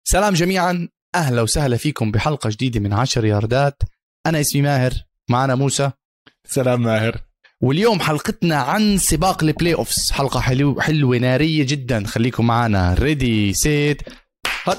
سلام جميعا، أهلا وسهلا فيكم بحلقة جديدة من 10 ياردات. أنا اسمي ماهر، معنا موسى. سلام ماهر. واليوم حلقتنا عن سباق البلاي أوفس، حلقة حلوة نارية جدا. خليكم معنا. ريدي سيت هات.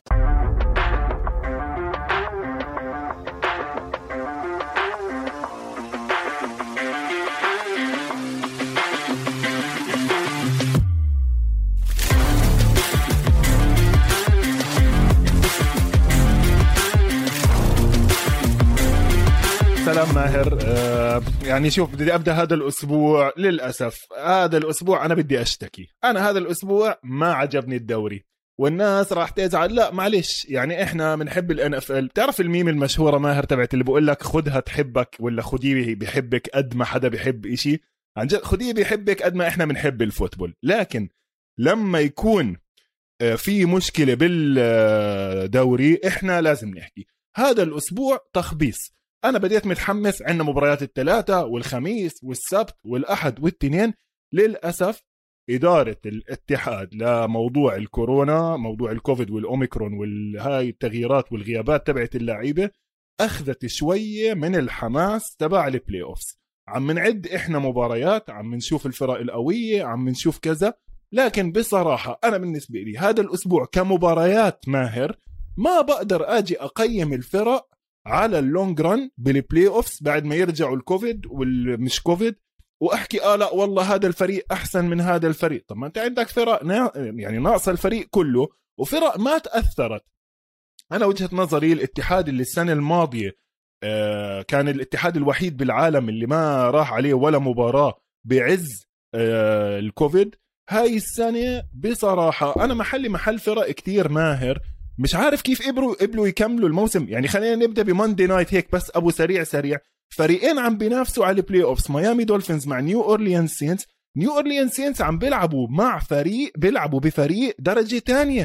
سلام ماهر. يعني شوف، بدي أبدأ هذا الأسبوع. للأسف هذا الأسبوع أنا بدي أشتكي. أنا هذا الأسبوع ما عجبني الدوري، والناس راح تزعل. لا معلش، يعني إحنا بنحب الNFL. تعرف الميم المشهورة ماهر تبعت اللي بقول لك خدها تحبك ولا خديه بيحبك قد ما حدا بيحب إشي؟ عن جد خديه بيحبك قد ما إحنا بنحب الفوتبول. لكن لما يكون في مشكلة بالدوري إحنا لازم نحكي. هذا الأسبوع تخبيص. أنا بديت متحمس، عندنا مباريات الثلاثة والخميس والسبت والأحد والتنين. للأسف إدارة الاتحاد لموضوع الكورونا، موضوع الكوفيد والأوميكرون والهاي التغييرات والغيابات تبعت اللعيبة، أخذت شوية من الحماس تبع البلاي أوفس. عم نعد إحنا مباريات، عم نشوف الفرق القوية، عم نشوف كذا. لكن بصراحة أنا بالنسبة لي هذا الأسبوع كمباريات ماهر ما بقدر أجي أقيم الفرق على اللونج ران بالبلاي اوفس بعد ما يرجعوا الكوفيد والمش كوفيد، واحكي لا والله هذا الفريق احسن من هذا الفريق. طب ما انت عندك فرق يعني ناقصه الفريق كله، وفرق ما تاثرت. انا وجهة نظري الاتحاد اللي السنه الماضيه كان الاتحاد الوحيد بالعالم اللي ما راح عليه ولا مباراه بعز الكوفيد. هاي السنه بصراحه انا محل فرق كتير ماهر، مش عارف كيف قبلوا يكملوا الموسم. يعني خلينا نبدأ بماندي نايت هيك بس أبو سريع. فريقين عم بينافسوا على البلاي أوفس، ميامي دولفينز مع نيو أورليانز سينتس. نيو أورليانز سينتس عم بيلعبوا مع فريق، بيلعبوا بفريق درجة تانية.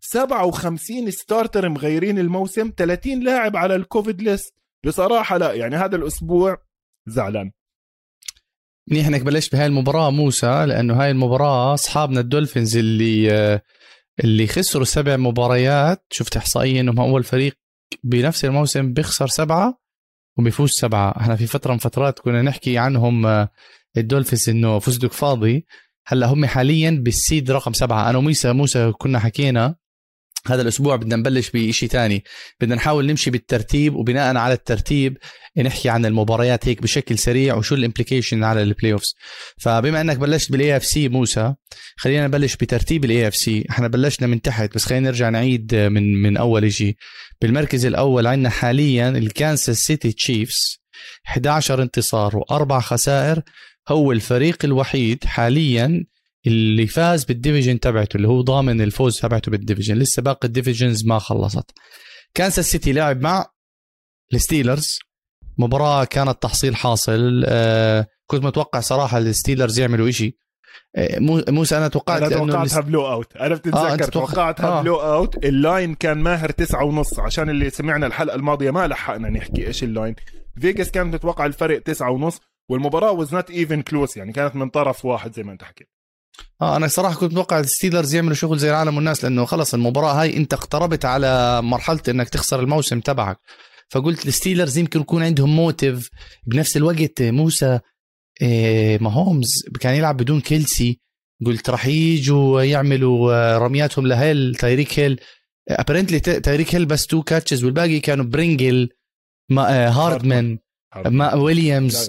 57 ستارتر مغيرين الموسم، 30 لاعب على الكوفيد ليست. بصراحة لا، يعني هذا الأسبوع زعلان. منيح انك بلشت بهاي المباراة موسى، لأنه هاي المباراة أصحابنا الدولفينز اللي خسروا 7 مباريات، شفت إحصائيا إنهم أول فريق بنفس الموسم بيخسر 7 وبيفوز 7. احنا في فترة من فترات كنا نحكي عنهم الدولفينز إنه فوزدك فاضي. هلا هم حاليا بالسيد رقم 7. أنا وموسى كنا حكينا هذا الأسبوع بدنا نبلش بشيء تاني، بدنا نحاول نمشي بالترتيب، وبناء على الترتيب نحكي عن المباريات هيك بشكل سريع وشو الامبليكيشن على البلاي اوفز. فبما انك بلشت بالاي اف سي موسى، خلينا نبلش بترتيب الاي اف سي. احنا بلشنا من تحت، بس خلينا نرجع نعيد من اول شيء. بالمركز الاول عندنا حاليا الكانساس سيتي تشيفز، 11 انتصار و4 خسائر. هو الفريق الوحيد حاليا اللي فاز بالديفيجن تبعته، اللي هو ضامن الفوز تبعته بالديفيجن. لسه باقي الديفيجنز ما خلصت. كانساس سيتي لعب مع الستيلرز، مباراة كانت تحصيل حاصل. كنت متوقع صراحة الستيلرز يعملوا إشي. موسى أنا توقعتها بلو أوت. أنا بتتذكر توقعتها بلو أوت. اللاين كان ماهر 9.5. عشان اللي سمعنا الحلقة الماضية ما لحقنا نحكي إيش اللاين. فيغاس كانت تتوقع الفرق 9.5، والمباراة was not even close، يعني كانت من طرف واحد زي ما أنت حكيت. أنا صراحة كنت متوقع الستيلرز يعملوا شغل زي العالم والناس، لأنه خلص المباراة هاي أنت اقتربت على مرحلة إنك تخسر الموسم تبعك. فقلت الستيلرز يمكن يكون عندهم موتيف. بنفس الوقت موسى ما هومز كان يلعب بدون كيلسي، قلت راح يجوا يعملوا رمياتهم لهيل تايريك هيل. apparently تايريك هيل بس 2 كاتشز، والباقي كانوا برينجل، هاردمان، ما ويليامز.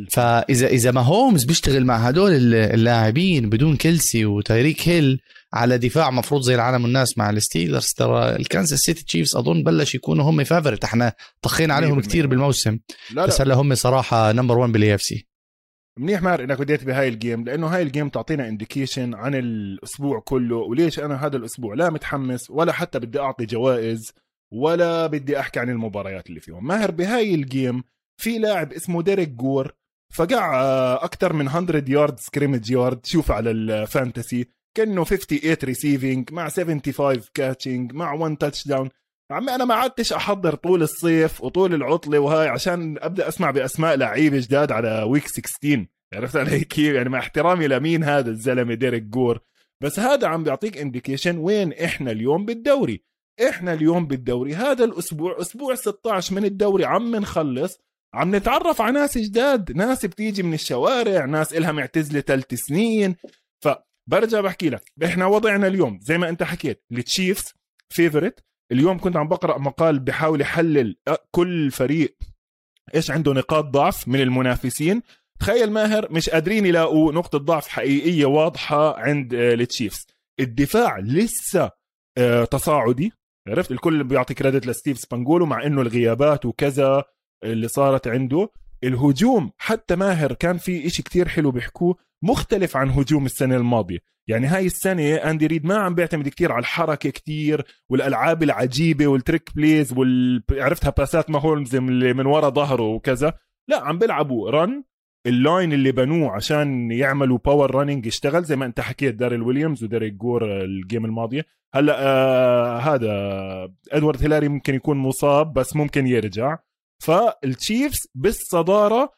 فإذا ما هومز بيشتغل مع هدول اللاعبين بدون كيلسي وتايريك هيل على دفاع مفروض زي العالم والناس مع الستيلرز، ترى الكانساس سيتي تشيفز أظن بلش يكونوا هم فافورت. احنا طخينا عليهم كتير بالموسم، بس هلا هم صراحة نمبر 1 بالاي اف سي. منيح مار انك بديت بهاي الجيم، لانه هاي الجيم تعطينا انديكيشن عن الاسبوع كله. وليش انا هذا الاسبوع لا متحمس ولا حتى بدي اعطي جوائز ولا بدي احكي عن المباريات اللي فيهم. ماهر بهاي الجيم في لاعب اسمه ديريك جور فقع اكتر من 100 يارد سكريمج يارد. شوف على الفانتسي كأنه 58 ريسيفينج مع 75 كاتشنج مع 1 تاتش داون. عمي أنا ما عدتش أحضر طول الصيف وطول العطلة وهاي عشان أبدأ أسمع بأسماء لعيبة جداد على ويك 16. عرفت علي كيف؟ يعني مع احترامي لمين هذا الزلمة ديريك جور، بس هذا عم بيعطيك انديكيشن وين إحنا اليوم بالدوري. احنا اليوم بالدوري هذا الاسبوع اسبوع 16 من الدوري عم نخلص، عم نتعرف على ناس جداد، ناس بتيجي من الشوارع، ناس إلها معتزلة 3 سنين. فبرجع بحكي لك احنا وضعنا اليوم زي ما انت حكيت، التشيفز فيفورت. اليوم كنت عم بقرأ مقال بحاول يحلل كل فريق ايش عنده نقاط ضعف من المنافسين. تخيل ماهر مش قادرين يلاقوا نقطة ضعف حقيقية واضحة عند التشيفز. الدفاع لسه تصاعدي، عرفت؟ الكل بيعطي كريدت لستيف سبانجولو مع انه الغيابات وكذا اللي صارت عنده. الهجوم حتى ماهر كان في اشي كتير حلو بيحكوه، مختلف عن هجوم السنة الماضية. يعني هاي السنة أندي ريد ما عم بيعتمد كتير على الحركة كتير والألعاب العجيبة والتريك بليز عرفتها باسات ما هولمز اللي من وراء ظهره وكذا. لا، عم بيلعبوا رن. اللاين اللي بنوه عشان يعملوا باور رانينج يشتغل زي ما انت حكيت، داريل ويليامز وديريك جور الجيم الماضية. هلا هذا ادوارد هيلاري ممكن يكون مصاب بس ممكن يرجع. فالتشيفز بالصدارة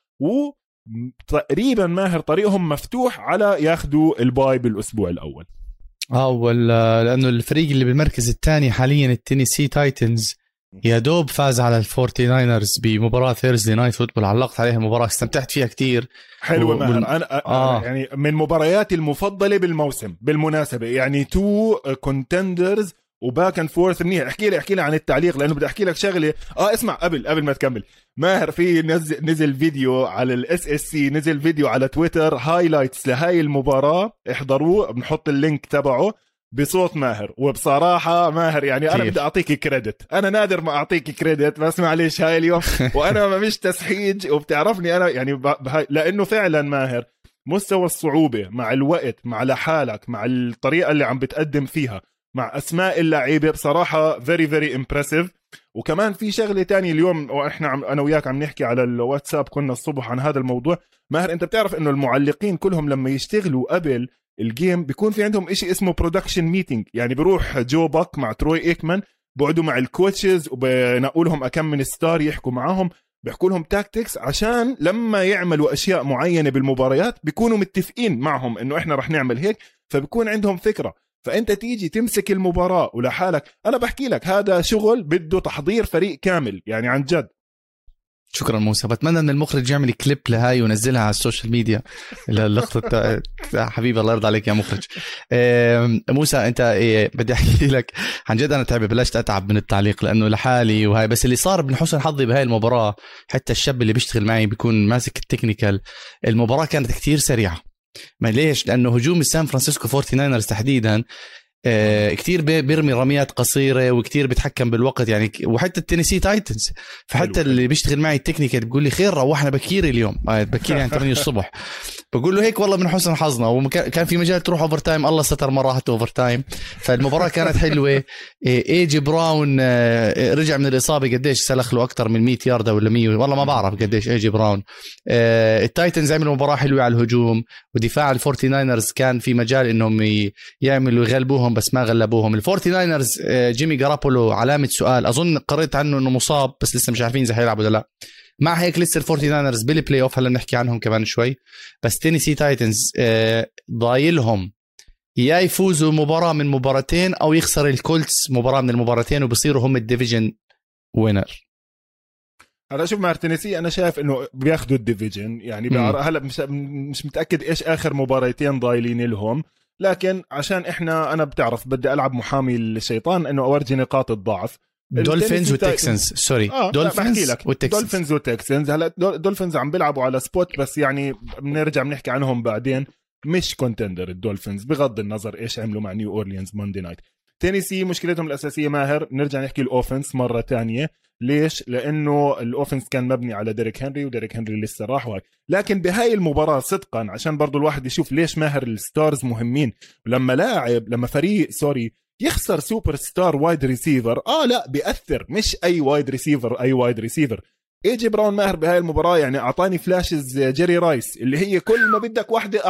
وتقريبا ماهر طريقهم مفتوح على ياخدوا الباي بالأسبوع الأول. لأنه الفريق اللي بالمركز الثاني حاليا التينيسي تايتنز يا دوب فاز على الفورتي ناينرز بمباراة ثيرزدي نايت فوتبول. علقت عليها مباراة استمتعت فيها كتير، حلوة ماهر. أنا يعني من مبارياتي المفضلة بالموسم بالمناسبة، يعني 2 كونتندرز وباك اند فورث منيح. احكي لي عن التعليق لانه بدي احكي لك شغله. اسمع قبل ما تكمل ماهر، في نزل فيديو على الاس اس سي، نزل فيديو على تويتر هايلايتس لهاي المباراه، احضروه، بنحط اللينك تبعه بصوت ماهر. وبصراحه ماهر يعني انا بدي اعطيك كريدت، انا نادر ما اعطيك كريدت بس معليش هاي اليوم وانا مش تسحيج وبتعرفني انا يعني لانه فعلا ماهر مستوى الصعوبه مع الوقت مع لحالك مع الطريقه اللي عم بتقدم فيها مع أسماء اللعيبة بصراحة very very impressive. وكمان في شغلة تانية اليوم وإحنا أنا وياك عم نحكي على الواتساب كنا الصبح عن هذا الموضوع. ماهر أنت بتعرف إنه المعلقين كلهم لما يشتغلوا قبل الجيم بيكون في عندهم إشي اسمه production meeting. يعني بروح جو باك مع تروي إيكمان بقعدوا مع الكوتشز وبنقول لهم أكم من ستار يحكوا معاهم، بيحكوا لهم تاكتكس عشان لما يعملوا أشياء معينة بالمباريات بيكونوا متفقين معهم إنه إحنا رح نعمل هيك، فبيكون عندهم فكرة. فأنت تيجي تمسك المباراة ولحالك. أنا بحكي لك هذا شغل بده تحضير فريق كامل يعني عن جد. شكرا موسى. بتمنى ان المخرج يعمل كليب لهاي ونزلها على السوشيال ميديا اللقطة. حبيبي الله يرضى عليك يا مخرج. موسى انت بدي احكي لك عن جد انا بلشت اتعب من التعليق لانه لحالي وهاي. بس اللي صار من حسن حظي بهاي المباراة، حتى الشاب اللي بيشتغل معي بيكون ماسك التكنيكال، المباراة كانت كتير سريعة. ما ليش؟ لأنه هجوم السان فرانسيسكو 49رز تحديدا كتير بيرمي رميات قصيرة وكتير بيتحكم بالوقت يعني. وحتى التينيسي تايتنز، فحتى اللي بيشتغل معي التكنيكال بيقول لي خير روحنا بكير اليوم، بكير يعني 8 الصبح. بقول له هيك والله من حسن حظنا، وكان في مجال تروح اوفر تايم، الله ستر ما راحت اوفر تايم. فالمباراة كانت حلوة. ايجي براون رجع من الإصابة، قديش سلخ له أكتر من 100 ياردة ولا 100 والله ما بعرف قديش ايجي براون. التايتنز عملوا مباراة حلوة على الهجوم، ودفاع الفورتي ناينرز كان في مجال انهم يعملوا يغلبوهم بس ما غلبوهم. الفورتي ناينرز جيمي جارابولو علامة سؤال، أظن قريت عنه إنه مصاب بس لسه مش عارفين إذا حيلعب ولا لا. مع هيك لسه الفورتي ناينرز بالبلاي أوف، هلا نحكي عنهم كمان شوي. بس تينيسي تايتنز ضايلهم يا يفوزوا مباراة من مباراتين أو يخسر الكولتس مباراة من المباراتين وبصيروا هم الديفيجن وينر. هلا شوف مع تينيسي انا شايف انه بياخدوا الديفيجن يعني. هلا مش متاكد ايش اخر مباراتين ضايلين لهم، لكن عشان انا بتعرف بدي العب محامي الشيطان انه اورجي نقاط الضعف. دولفينز وتكسنز سوري دولفينز وتكسنز. هلا دولفينز عم بيلعبوا على سبوت بس يعني بنرجع بنحكي عنهم بعدين، مش كونتندر الدولفينز بغض النظر ايش عملوا مع نيو اورليانز موندي نايت. تينيسي مشكلتهم الأساسية ماهر، نرجع نحكي الأوفنس مرة تانية. ليش؟ لأنه الأوفنس كان مبني على ديريك هنري، وديريك هنري لسه راح وهاي. لكن بهاي المباراة صدقا عشان برضو الواحد يشوف ليش ماهر الستارز مهمين. لما فريق يخسر سوبر ستار وايد ريسيفر لا بيأثر، مش أي وايد ريسيفر. ايجي براون ماهر بهاي المباراة يعني أعطاني فلاشز جيري رايس اللي هي كل ما بدك واحدة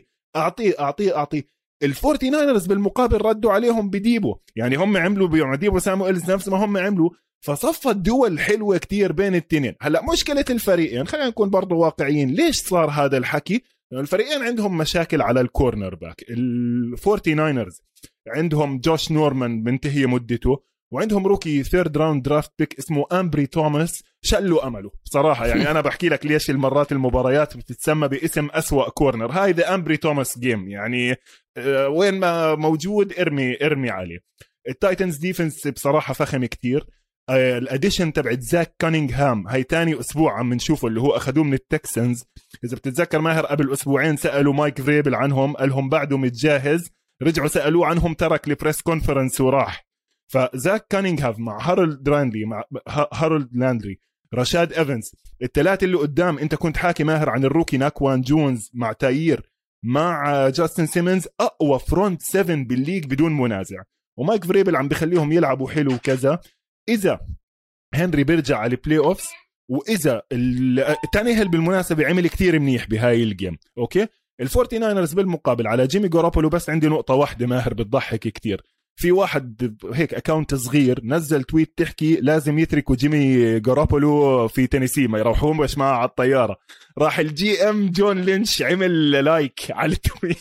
أعطيه. الفورتي ناينرز بالمقابل ردوا عليهم بديبو، يعني هم عملوا بديبو سامويلز نفس ما هم عملوا، فصفت دول حلوة كتير بين التنين. هلأ مشكلة الفريقين يعني خلينا نكون برضو واقعيين، ليش صار هذا الحكي؟ الفريقين عندهم مشاكل على الكورنر باك. الفورتي ناينرز عندهم جوش نورمان منتهي مدته، وعندهم روكي ثيرد راوند درافت بيك اسمه أمبري توماس شلوا أمله بصراحة. يعني أنا بحكي لك ليش المرات المباريات بتتسمى باسم أسوأ كورنر. هاي ذا أمبري توماس جيم، يعني وين ما موجود ارمي عليه. التايتنز ديفنس بصراحة فخم كتير. الاديشن تبعت زاك كانينغهام هاي تاني اسبوع عم نشوفه، اللي هو اخذوه من التكسنز. اذا بتتذكر ماهر قبل اسبوعين سالوا مايك فريبل عنهم، قالهم بعده متجاهز، رجعوا سالوه عنهم ترك البريس كونفرنس وراح. فزاك كانينغهام مع هارولد لاندري رشاد ايفنز، الثلاثه اللي قدام. انت كنت حاكي ماهر عن الروكي ناكوان جونز مع تايير مع جاستن سيمنز، اقوى فرونت 7 بالليج بدون منازع. ومايك فريبل عم بخليهم يلعبوا حلو وكذا. اذا هنري بيرجع على البلاي اوفز، واذا تانيهل بالمناسبه عمل كتير منيح بهاي الجيم. اوكي الفورتي ناينرز بالمقابل على جيمي جارابولو بس عندي نقطه واحده ماهر بتضحك كتير. في واحد هيك اكاونت صغير نزل تويت تحكي لازم يتركوا جيمي جارابولو في تينيسي ما يروحون مش معه على الطياره. راح الجي ام جون لينش عمل لايك على التويت.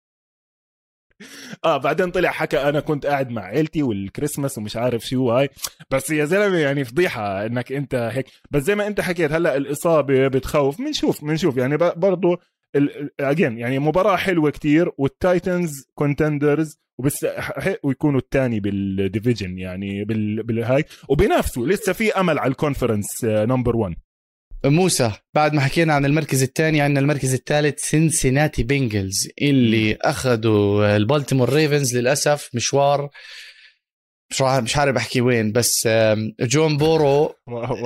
بعدين طلع حكى انا كنت قاعد مع عيلتي والكريسماس ومش عارف شو هاي. بس يا زلمه يعني فضيحه انك انت هيك. بس زي ما انت حكيت هلا الاصابه بتخوف. بنشوف يعني برضو اجين يعني مباراه حلوه كتير، والتايتنز كونتندرز وبيستحقوا يكونوا الثاني بالديفيجن يعني بالهاي، وبينافسوا لسه في امل على الكونفرنس نمبر 1. موسى بعد ما حكينا عن المركز الثاني، عندنا المركز الثالث سينسيناتي بينجلز اللي أخذوا البالتيمور ريفنز. للأسف مشوار مش عارف أحكي وين، بس جون بورو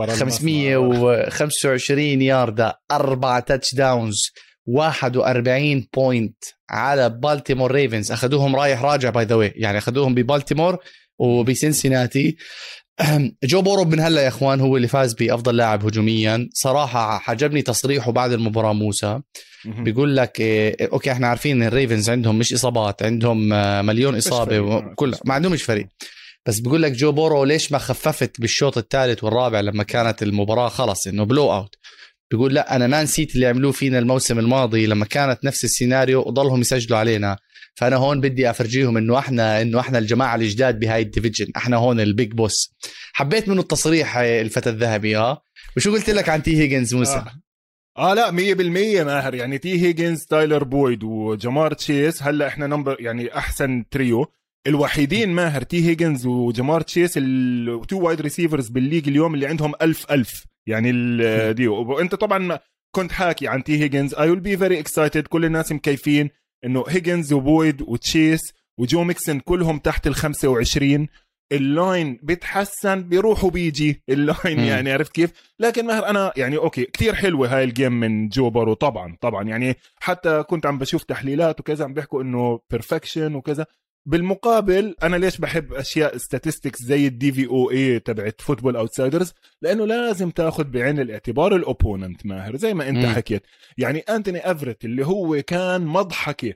525 ياردة 4 تاتش داونز 41 بوينت على بالتيمور ريفنز. أخذوهم رايح راجع باي ذا واي، يعني أخذوهم ببالتيمور وبسينسيناتي. جو بورو من هلا يا اخوان هو اللي فاز بافضل لاعب هجوميا. صراحه عجبني تصريحه بعد المباراه موسى، بيقول لك اوكي احنا عارفين الريفنز عندهم مش اصابات، عندهم مليون اصابه وكل ما عندهمش فريق، بس بيقول لك جو بورو ليش ما خففت بالشوط الثالث والرابع لما كانت المباراه خلص انه بلو اوت. بيقول لا انا ما نسيت اللي عملوه فينا الموسم الماضي لما كانت نفس السيناريو وضلهم يسجلوا علينا، فانا هون بدي افرجيهم انه احنا الجماعه الجداد بهاي الديفيجن، احنا هون البيج بوس. حبيت منه التصريح الفتى الذهبي. وشو قلت لك عن تي هيجنز موسى؟ لا 100% ماهر. يعني تي هيجنز تايلر بويد وجمار تشيس هلا احنا نمبر يعني احسن تريو الوحيدين ماهر. تي هيجنز وجمار تشيس التو وايد ريسيفرز بالليج اليوم اللي عندهم 1000 يعني دي. وانت طبعا كنت حاكي عن تي هيجنز. I will be very excited. كل الناس مكيفين انه هيجنز وبويد وتشيس وجو ميكسن كلهم تحت 25. اللاين بيتحسن بيروح وبيجي اللاين يعني عرفت كيف. لكن ماهر انا يعني اوكي كتير حلوه هاي الجيم من جو بارو طبعا يعني حتى كنت عم بشوف تحليلات وكذا عم بيحكوا انه بيرفكشن وكذا. بالمقابل انا ليش بحب اشياء statistics زي الدي في او اي تبعت فوتبول اوتسايدرز؟ لانه لازم تاخذ بعين الاعتبار الاوبوننت ماهر زي ما انت حكيت. يعني انتوني افريت اللي هو كان مضحكه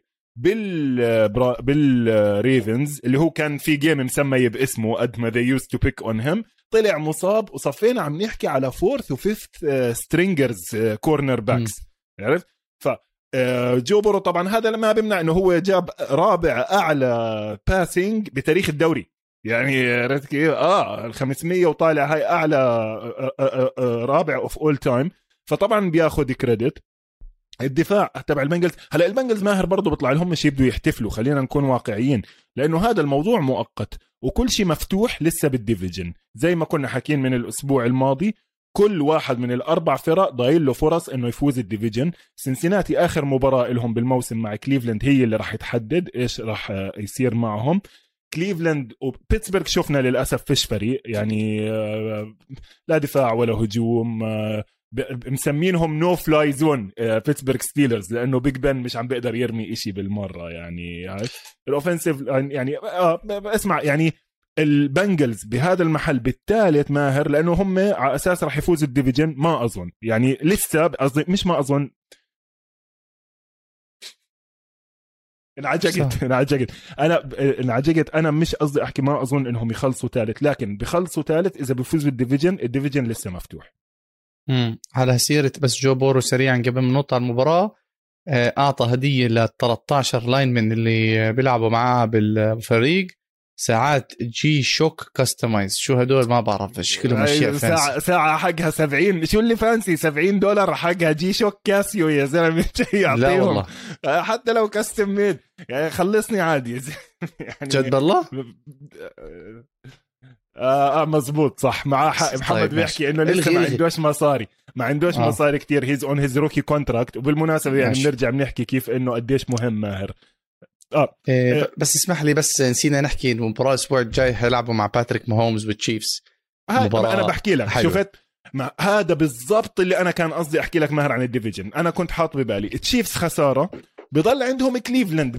بالريفنز اللي هو كان في جيم مسمي باسمه قد ما they used to pick on him، طلع مصاب وصفينا عم نحكي على فورث وفيفث سترينجرز كورنر باكس. عرفت؟ ف جو بورو طبعا هذا ما بيمنع انه هو جاب رابع اعلى باسنج بتاريخ الدوري. يعني عرفت كيف؟ ال 500 وطالع هاي اعلى رابع اوف اول تايم. فطبعا بياخذ كريدت. الدفاع تبع البنجلز هلا البنجلز ماهر برضو بيطلع لهم مش يبدوا يحتفلوا، خلينا نكون واقعيين لانه هذا الموضوع مؤقت وكل شيء مفتوح لسه بالديفيجن. زي ما كنا حكين من الاسبوع الماضي كل واحد من الاربع فرق ضايل له فرص انه يفوز الديفيجن. سنسيناتي اخر مباراه لهم بالموسم مع كليفلاند هي اللي راح تحدد ايش راح يصير معهم. كليفلاند وبيتسبرغ شفنا للاسف فيش فريق يعني لا دفاع ولا هجوم. مسمينهم نو فلاي زون بيتسبرغ ستيلرز لانه بيج بن مش عم بيقدر يرمي إشي بالمره. يعني الاوفنسيف يعني اسمع يعني البنجلز بهذا المحل بالثالث ماهر لانه هم على اساس راح يفوزوا الديفيجن. ما اظن يعني لسه قصدي مش ما اظن انعجقت انا مش قصدي احكي ما اظن انهم يخلصوا ثالث، لكن بخلصوا ثالث اذا بيفوزوا الديفيجن لسه مفتوح. على سيرة بس جو بورو سريعا قبل ما نطلع المباراة أعطى هدية ل 13 لاين من اللي بيلعبوا معاه بالفريق ساعات جي شوك كاستمايز. شو هدول؟ ما بعرف شكلهم اشياء فانسي. ساعه حقها 70. شو اللي فانسي؟ $70 حقها جي شوك كاسيو يا زلمه. يعطيهم حتى لو كاستم ميد يعني خلصني عادي يعني جد بالله. مزبوط صح. معاه حق محمد. طيب بيحكي انه لسه ما عندوش مصاري كتير. هيز اون هيز روكي كونتراكت. وبالمناسبه يعني بنرجع بنحكي كيف انه قديش مهم ماهر. بس اسمح لي، بس نسينا نحكي انه مباراه الاسبوع الجاي حيلعبوا مع باتريك ماهومز والتشيفز. انا بحكي لك حلو. شفت هذا بالضبط اللي انا كان قصدي احكي لك ماهر عن الديفيجن. انا كنت حاط ببالي التشيفز خساره، بضل عندهم كليفلاند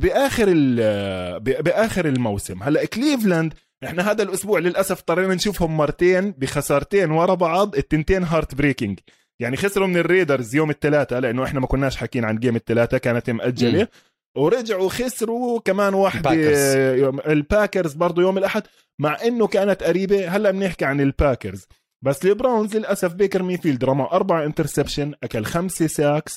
باخر الموسم. هلا كليفلاند احنا هذا الاسبوع للاسف اضطرينا نشوفهم مرتين بخسارتين ورا بعض، التنتين هارت بريكنج. يعني خسروا من الريدرز يوم الثلاثاء لانه احنا ما كناش حاكين عن جيم الثلاثاء، كانت مأجله. ورجعوا خسروا كمان واحدة الباكرز برضو يوم الأحد، مع إنه كانت قريبة. هلأ بنحكي عن الباكرز. بس البراونز للأسف بيكر ميفيلد رمى 4 انترسبشن، أكل 5 ساكس.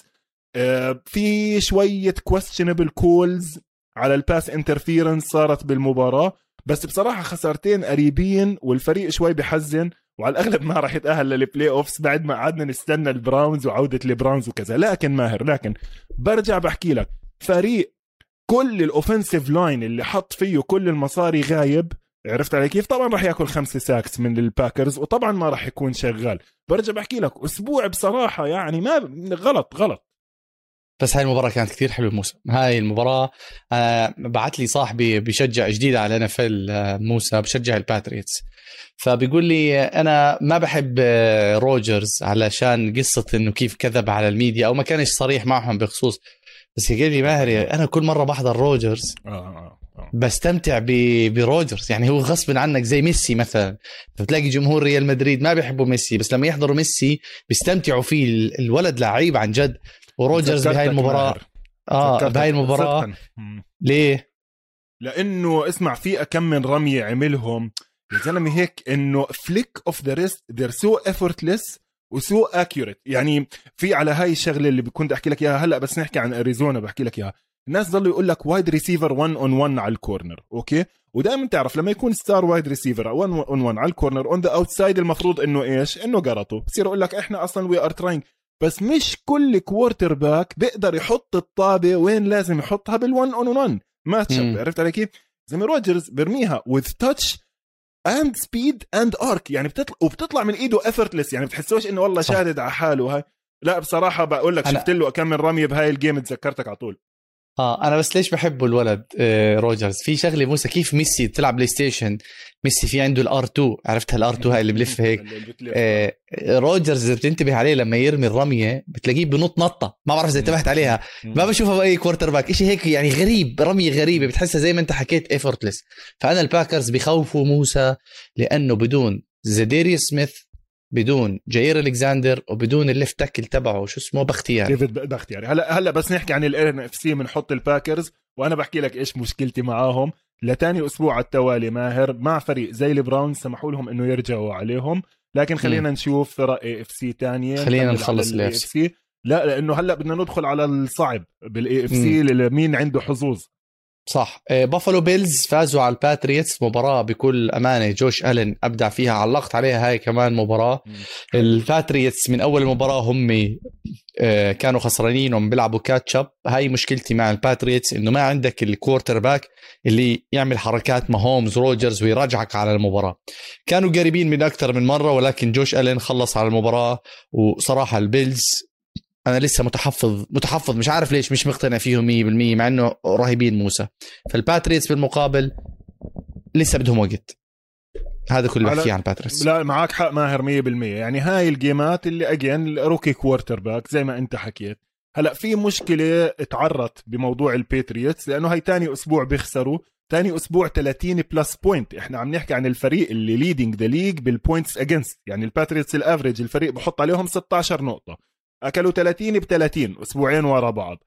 في شوية questionable calls على الباس انترفيرنس صارت بالمباراة. بس بصراحة خسارتين قريبين والفريق شوي بحزن، وعلى الأغلب ما راح يتأهل للبلاي أوفس بعد ما قعدنا نستنى البراونز وعودة البراونز وكذا. لكن ماهر برجع بحكي لك فريق كل الاوفنسيف لاين اللي حط فيه كل المصاري غايب. عرفت علي كيف؟ طبعا راح ياكل 5 ساكس من الباكرز، وطبعا ما راح يكون شغال. برجع بحكي لك اسبوع بصراحه يعني ما غلط. بس هاي المباراة كانت كتير حلوة موسى. هاي المباراة بعت لي صاحبي بشجع جديد على NFL موسى، بشجع الباتريتس، فبيقول لي أنا ما بحب روجرز علشان قصة إنه كيف كذب على الميديا أو ما كانش صريح معهم بخصوص. بس يقول لي ماهر أنا كل مرة بحضر روجرز بستمتع بروجرز. يعني هو غصب عنك زي ميسي مثلا، بتلاقي جمهور ريال مدريد ما بيحبوا ميسي، بس لما يحضروا ميسي بيستمتعوا فيه. الولد لعيب عن جد. وروجرز بهاي المباراة بهاي المباراة ليه؟ لأنه اسمع في كم من رمية عملهم يا زلمة هيك إنه فليك اوف ذا ريست they're so effortless وسو accurate. يعني في على هاي الشغلة اللي كنت أحكي لك إياها هلأ، بس نحكي عن أريزونا بحكي لك إياها. الناس ضلوا يقول لك وايد ريسيفر 1 on 1 على الكورنر، أوكي؟ ودائما تعرف لما يكون ستار وايد ريسيفر 1 on 1 على الكورنر on the outside المفروض إنه إيش؟ إنه قرطوا. بصير يقول لك إحنا أصلا we are trying. بس مش كل كوارتر باك بيقدر يحط الطابة وين لازم يحطها بالون اون 1 ماتش. عرفت علي كيف؟ زي ما روجرز برميها with touch and speed and arc، يعني بتطلع من ايده effortless، يعني بتحسوش انه والله شادد على حاله. هاي لا بصراحة بقول لك شفت له كم من رمية بهاي الجيم تذكرتك على طول. انا بس ليش بحبه الولد روجرز في شغله موسى. كيف ميسي بتلعب بلاي ستيشن، ميسي في عنده الار2، عرفتها الار2 هاي اللي بلف هيك. روجرز اذا بتنتبه عليه لما يرمي الرميه بتلاقيه بنط نطه، ما بعرف اذا انتبهت عليها، ما بشوفها باي كوارتر باك شيء هيك يعني غريب، رميه غريبه بتحسها زي ما انت حكيت ايفورتلس. فانا الباكرز بيخوفوا موسى لانه بدون زديريوس سميث، بدون جاير الكساندر، وبدون الليفت تاكل تبعه شو اسمه بختياري ديفيد بختياري. هلا بس نحكي عن NFC بنحط الباكرز، وانا بحكي لك ايش مشكلتي معاهم. لتاني اسبوع على التوالي ماهر مع فريق زي البراونز سمحوا لهم انه يرجعوا عليهم، لكن خلينا نشوف فرق AFC تانية. خلينا نخلص الAFC. لا لانه هلا بدنا ندخل على الصعب بالAFC لمين عنده حظوظ. صح. بافالو بيلز فازوا على الباتريتس، مباراة بكل أمانة جوش ألين أبدع فيها، علقت عليها هاي كمان مباراة. الباتريتس من أول المباراة هم كانوا خسرانين وهم بيلعبوا كاتشب. هاي مشكلتي مع الباتريتس، إنه ما عندك الكوارتر باك اللي يعمل حركات ماهومز روجرز ويراجعك على المباراة. كانوا قريبين من أكثر من مرة، ولكن جوش ألين خلص على المباراة. وصراحة البيلز أنا لسه متحفظ مش عارف ليش مش مقتنع فيهم 100%، مع إنه رهيبين موسى. فالباتريتس بالمقابل لسه بدهم وقت. هذا كله بحكي عن الباتريتس. لا معك حق ماهر 100%. يعني هاي الجيمات اللي أجين روكي كوارتر باك زي ما أنت حكيت. هلأ في مشكلة اتعرت بموضوع الباتريتس، لأنه هاي تاني أسبوع بيخسروا، تاني أسبوع 30 بلس بوينت. إحنا عم نحكي عن الفريق اللي ليدينج ذا ليج بالبوينتس أجينست. يعني الباتريتس الأفريج الفريق بحط عليهم 16 نقطة، أكلوا 30 ب30 أسبوعين ورا بعض.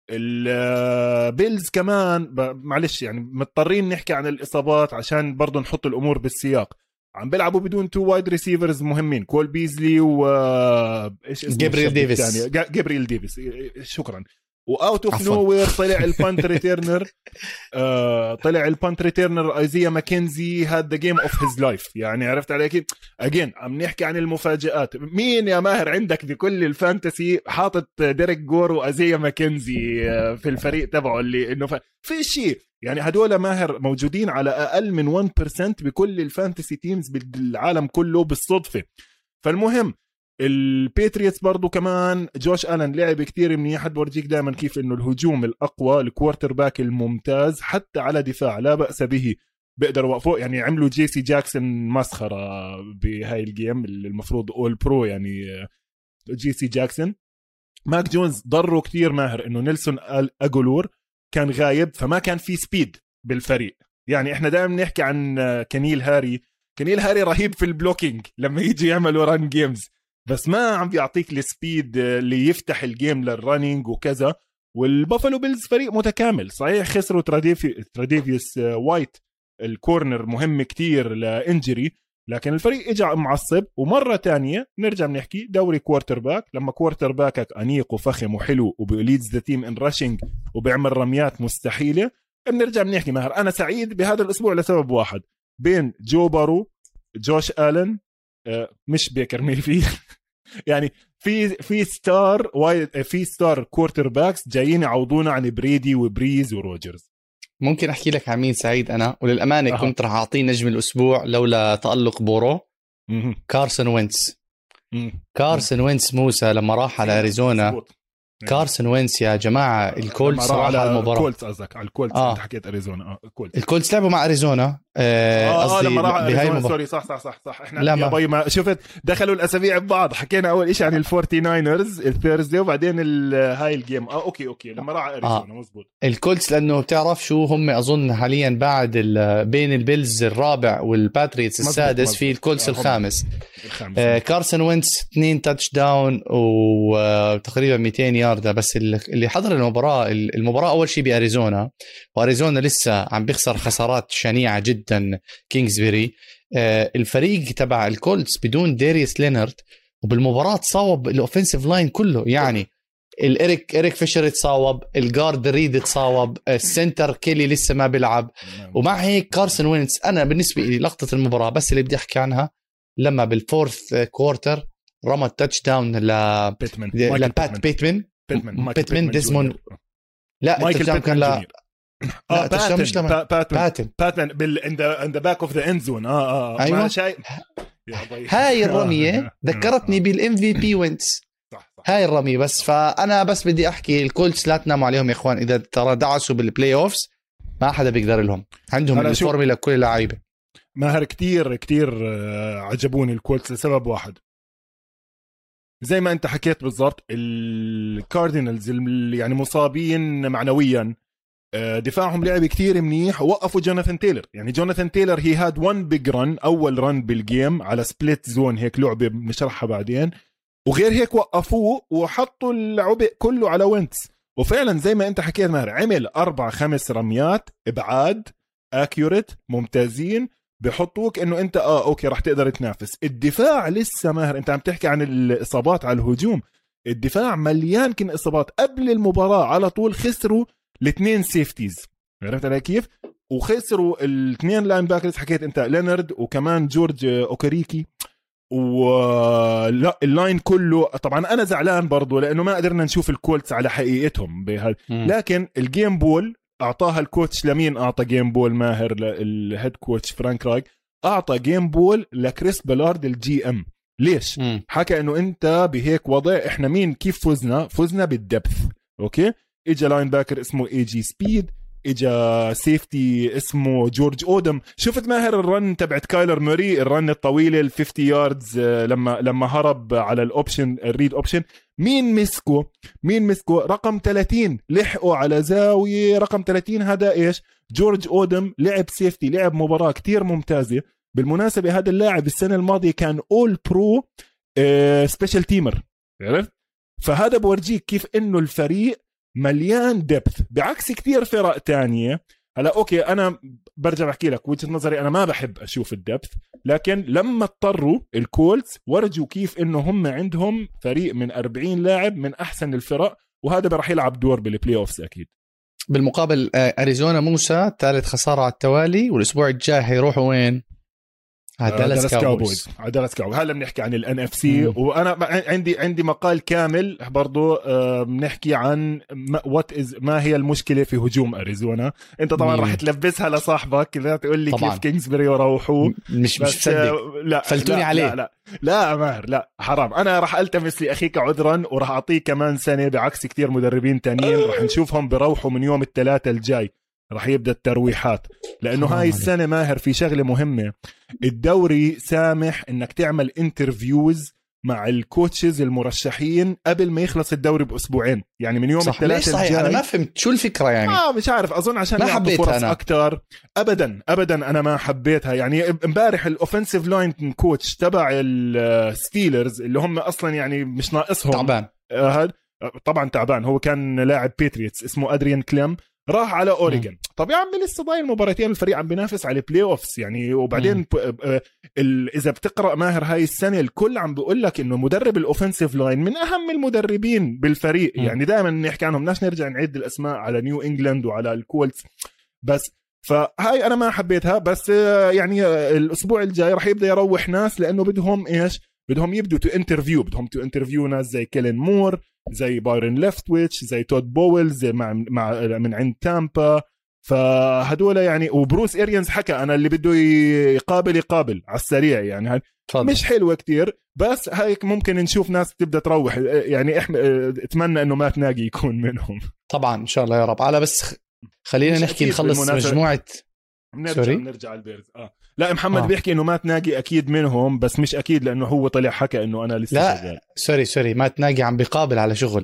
البيلز كمان معلش يعني مضطرين نحكي عن الإصابات عشان برضو نحط الأمور بالسياق. عم بيلعبوا بدون 2 وايد ريسيفرز مهمين، كول بيزلي و جابرييل ديفيس. جابرييل ديفيس شكرا. واوت اوف نو وير طلع البانت ريتيرنر ايزيا ماكنزي هاد ذا جيم اوف هيز لايف. يعني عرفت علي كيف؟ اجين عم نحكي عن المفاجآت. مين يا ماهر عندك بكل الفانتسي حاطط ديريك جور وايزيا ماكنزي في الفريق تبعه اللي انه في شيء؟ يعني هدول ماهر موجودين على اقل من 1% بكل الفانتسي تيمز بالعالم كله بالصدفه. فالمهم البيتريتس برضو كمان جوش آلن لعب كتير منيح. حد بورجيك دائما كيف انه الهجوم الاقوى الكوارتر باك الممتاز حتى على دفاع لا بأس به بيقدروا وقفوا. يعني عملوا جيسي جاكسون مسخرة بهاي الجيم المفروض اول برو يعني جيسي جاكسون. ماك جونز ضروا كتير ماهر انه نيلسون اغولور كان غايب فما كان في سبيد بالفريق. يعني احنا دائما نحكي عن كنيل هاري رهيب في البلوكينج لما يجي يعملوا ران جيمز بس ما عم بيعطيك السبيد اللي يفتح الجيم للرننج وكذا. والبافلو بيلز فريق متكامل صحيح خسروا تراديفيوس وايت الكورنر مهم كتير لإنجري لكن الفريق اجى معصب. ومرة تانية نرجع بنحكي دوري كوارتر باك لما كوارتر باكك أنيق وفخم وحلو وبيليدز ذا تيم ان راشنج وبيعمل رميات مستحيلة بنرجع بنحكي ماهر أنا سعيد بهذا الأسبوع لسبب واحد بين جو بارو جوش آلن مش بيكر ميفي يعني في ستار كوارتر باكس جايين يعوضونا عن بريدي وبريز وروجرز. ممكن احكي لك عن مين سعيد انا وللامانه كنت راح اعطيه نجم الاسبوع لولا تألق بورو كارسون وينتس. كارسون وينتس موسى لما راح على اريزونا كارسون وينتس يا جماعه الكولتس راح على المباراه. الكولتس قصدك على الكولتس انت حكيت اريزونا الكولتس لعبوا مع اريزونا لما راح اريزونا سوري صح احنا يا باي ما شفت دخلوا الاسابيع ببعض. حكينا اول شيء عن الفورتي ناينرز الثيرزداي وبعدين هاي الجيم اوكي لما راح اريزونا مزبوط. الكولتس لانه بتعرف شو هم اظن حاليا بعد بين البيلز الرابع والباتريتس السادس في الكولتس الخامس. كارسون وينتس 2 تاتش داون وتقريبا 200 ياردة. بس اللي حضر المباراة أول شيء بأريزونا وأريزونا لسه عم بيخسر خسارات شنيعة جدا كينغزبري. الفريق تبع الكولتس بدون داريوس لينارد وبالمباراة صاوب الأوفنسيف لاين كله. يعني إيريك فيشر تصاوب الجارد ريد تصاوب السنتر كيلي لسه ما بيلعب. ومع هيك كارسون وينتس أنا بالنسبة لي لقطة المباراة بس اللي بدي أحكي عنها لما بالفورث كوارتر رمى التاتش داون لبات بيتمان ديزمون. لا التاتش كان لا باتمان in the back of the end zone. أيوة. هاي الرمية ذكرتني بالام في بي وينتس هاي الرمية. بس فأنا بس بدي أحكي الكولتس لا تناموا عليهم يا إخوان. إذا ترى دعسوا بالبلاي أوفز ما حدا بيقدر لهم. عندهم الفورميلا كل اللعيبة. ماهر كتير عجبوني الكولتس لسبب واحد زي ما انت حكيت بالضبط. الكاردينالز يعني مصابين معنويا دفاعهم لعب كتير منيح ووقفوا جوناثان تايلر. يعني جوناثان تايلر هي هاد 1 بيج رن اول رن بالجيم على سبليت زون هيك لعبة بنشرحها بعدين وغير هيك وقفوه وحطوا العبء كله على وينتس. وفعلا زي ما انت حكيت ماهر عمل 4-5 رميات ابعاد اكيوريت ممتازين بحطوك انه انت اوكي راح تقدر تنافس. الدفاع لسه ماهر انت عم تحكي عن الاصابات على الهجوم. الدفاع مليان كن اصابات. قبل المباراة على طول خسروا الاثنين سيفتيز عرفت علي كيف وخسروا الاثنين لاين باكرز حكيت انت لينارد وكمان جورج اوكاريكي ولا اللاين كله. طبعا انا زعلان برضو لانه ما قدرنا نشوف الكولتس على حقيقتهم لكن الجيم بول اعطاها الكوتش لمين اعطى جيم بول ماهر الهيد كوتش فرانك رايك اعطى جيم بول لكريس بلارد الجي ام. ليش حكى انه انت بهيك وضع احنا مين كيف فزنا بالدبث. اوكي اجا لاين باكر اسمه اي جي سبيد اجا سيفتي اسمه جورج اودم. شفت ماهر الرن تبعت كايلر موري الرن الطويله ال 50 ياردز لما هرب على الاوبشن الريد اوبشن مين مسكه رقم 30 لحقوا على زاويه رقم 30 هذا ايش جورج اودم لعب سيفتي لعب مباراه كتير ممتازه. بالمناسبه هذا اللاعب السنه الماضيه كان اول برو سبيشال تيمر عرفت. فهذا بورجيك كيف انه الفريق مليان دبث بعكس كتير فرق تانية. هلا اوكي انا برجع بحكي لك وجهة نظري انا ما بحب اشوف الدبث لكن لما اضطروا الكولتس ورجوا كيف انه هم عندهم فريق من 40 لاعب من احسن الفرق وهذا راح يلعب دور بالبلاي اوفز اكيد. بالمقابل اريزونا موسى ثالث خساره على التوالي، والاسبوع الجاي هيروحوا وين؟ دالاس كاوبويز. دالاس كاوبويز. هلا بنحكي عن الان اف سي، وانا عندي مقال كامل برضو بنحكي عن ما هي المشكله في هجوم اريزونا. انت طبعا راح تلبسها لصاحبك كذا تقول لي كيف كينغسبري وروحوا، مش مصدق. لا فلتوني عليه. لا ماهر، لا حرام. انا راح التمس لاخيك عذرا، وراح اعطيه كمان سنه بعكس كتير مدربين تانيين راح نشوفهم بروحوا من يوم الثلاثاء الجاي، راح يبدأ الترويحات. لأنه هاي السنة ماهر في شغلة مهمة، الدوري سامح إنك تعمل انترفيوز مع الكوتشز المرشحين قبل ما يخلص الدوري بأسبوعين، يعني من يوم الثلاثاء الجاي. أنا ما فهمت شو الفكرة يعني. مش عارف، أظن عشان يعطوا فرص أكتر. أبدا أنا ما حبيتها. يعني امبارح الأوفنسيف لاين كوتش تبع الستيلرز اللي هم أصلا يعني مش ناقصهم تعبان، طبعا تعبان، هو كان لاعب بيتريتس اسمه أدريان كليم، راح على أوريغون. طب يا عمي لسه ضايل مباراتين، الفريق عم بينافس على البلاي اوفز يعني. وبعدين اذا بتقرا ماهر هاي السنه الكل عم بيقول لك انه مدرب الاوفنسيف لاين من اهم المدربين بالفريق. يعني دائما نحكي عنهم، ناس نرجع نعد الاسماء على نيو انجلاند وعلى الكولتس بس. فهاي انا ما حبيتها. بس يعني الاسبوع الجاي راح يبدا يروح ناس، لانه بدهم ايش؟ بدهم يبدوا بدهم تو انترفيو ناس زي كيلين مور، زي بايرن ليفتويتش، زي تود بويل، زي مع من عند تامبا. فهدول يعني، وبروس إيريانز حكى أنا اللي بده يقابل على السريع يعني. مش حلوة كتير، بس هيك ممكن نشوف ناس تبدأ تروح يعني. اتمنى انه ما تناقي يكون منهم طبعا ان شاء الله يا رب. على بس خلينا نحكي نخلص مجموعة. نرجع البيرز. لا محمد بيحكي انه ما تناقي اكيد منهم، بس مش اكيد لانه هو طلع حكى انه انا لسه لا شغال. سوري ما تناقي عم بيقابل على شغل.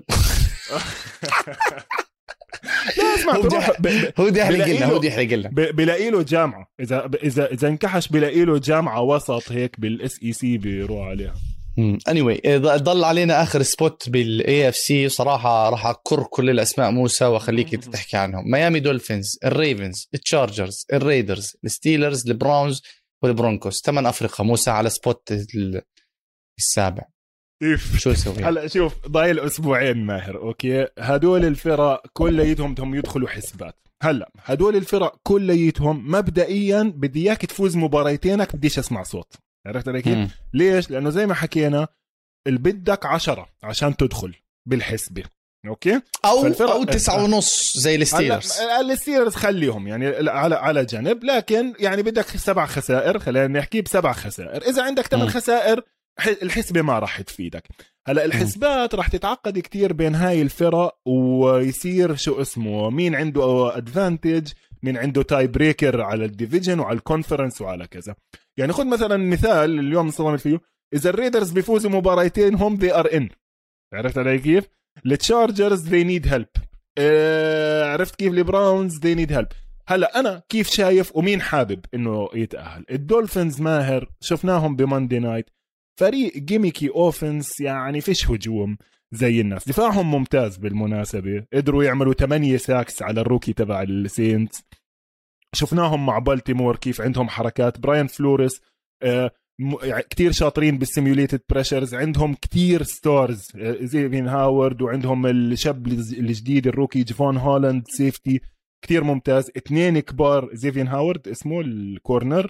لا اسمع، هو دي يحرق لنا بلاقي له جامعه، اذا انكحش بلاقي له جامعه وسط هيك بالاس اي سي بيروح عليها. anyway ضل علينا اخر سبوت بالاي اف سي. صراحه راح اكر كل الاسماء موسى واخليك تحكي عنهم. ميامي دولفينز، الريفنز، التشارجرز، الريدرز، الستيلرز، البراونز والبرونكوس. 8 افريقيا موسى على سبوت السابع. شو اسوي هلا؟ شوف ضايل اسبوعين ماهر، اوكي. هدول الفرق كليتهم بدهم يدخلوا حسبات. هلا هدول الفرق كليتهم مبدئيا بدي اياك تفوز مباريتينك، بديش اسمع صوت. عرفت علي كيف؟ ليش؟ لانه زي ما حكينا بدك 10 عشان تدخل بالحسبه، اوكي. او 9.5 زي الستيلرز خليهم يعني على جنب، لكن يعني بدك 7 خسائر، خلينا نحكي ب7 خسائر. اذا عندك 8 خسائر الحسبة ما راح تفيدك. هلا الحسبات راح تتعقد كتير بين هاي الفرق، ويصير شو اسمه مين عنده ادفانتج، مين عنده تاي بريكر على الديفيجن وعلى الكونفرنس وعلى كذا. يعني خد مثلا مثال اليوم صدمت فيه، اذا الريدرز بيفوزوا مباراتين هم they are in. عرفت علي كيف؟ التشارجرز they need help. عرفت كيف؟ البراونز they need help. هلا انا كيف شايف ومين حابب انه يتأهل؟ الدولفينز ماهر شفناهم بماندي نايت، فريق جيميكي اوفنس، يعني فيش هجوم زي الناس. دفاعهم ممتاز بالمناسبة، قدروا يعملوا 8 ساكس على الروكي تبع السينتس. شفناهم مع بالتيمور كيف عندهم حركات. براين فلوريس كتير شاطرين بالسيميوليتد بريشرز. عندهم كتير ستارز، زيفين هاورد، وعندهم الشاب الجديد الروكي جيفون هولاند سيفتي كتير ممتاز. 2 كبار، زيفين هاورد اسمه الكورنر.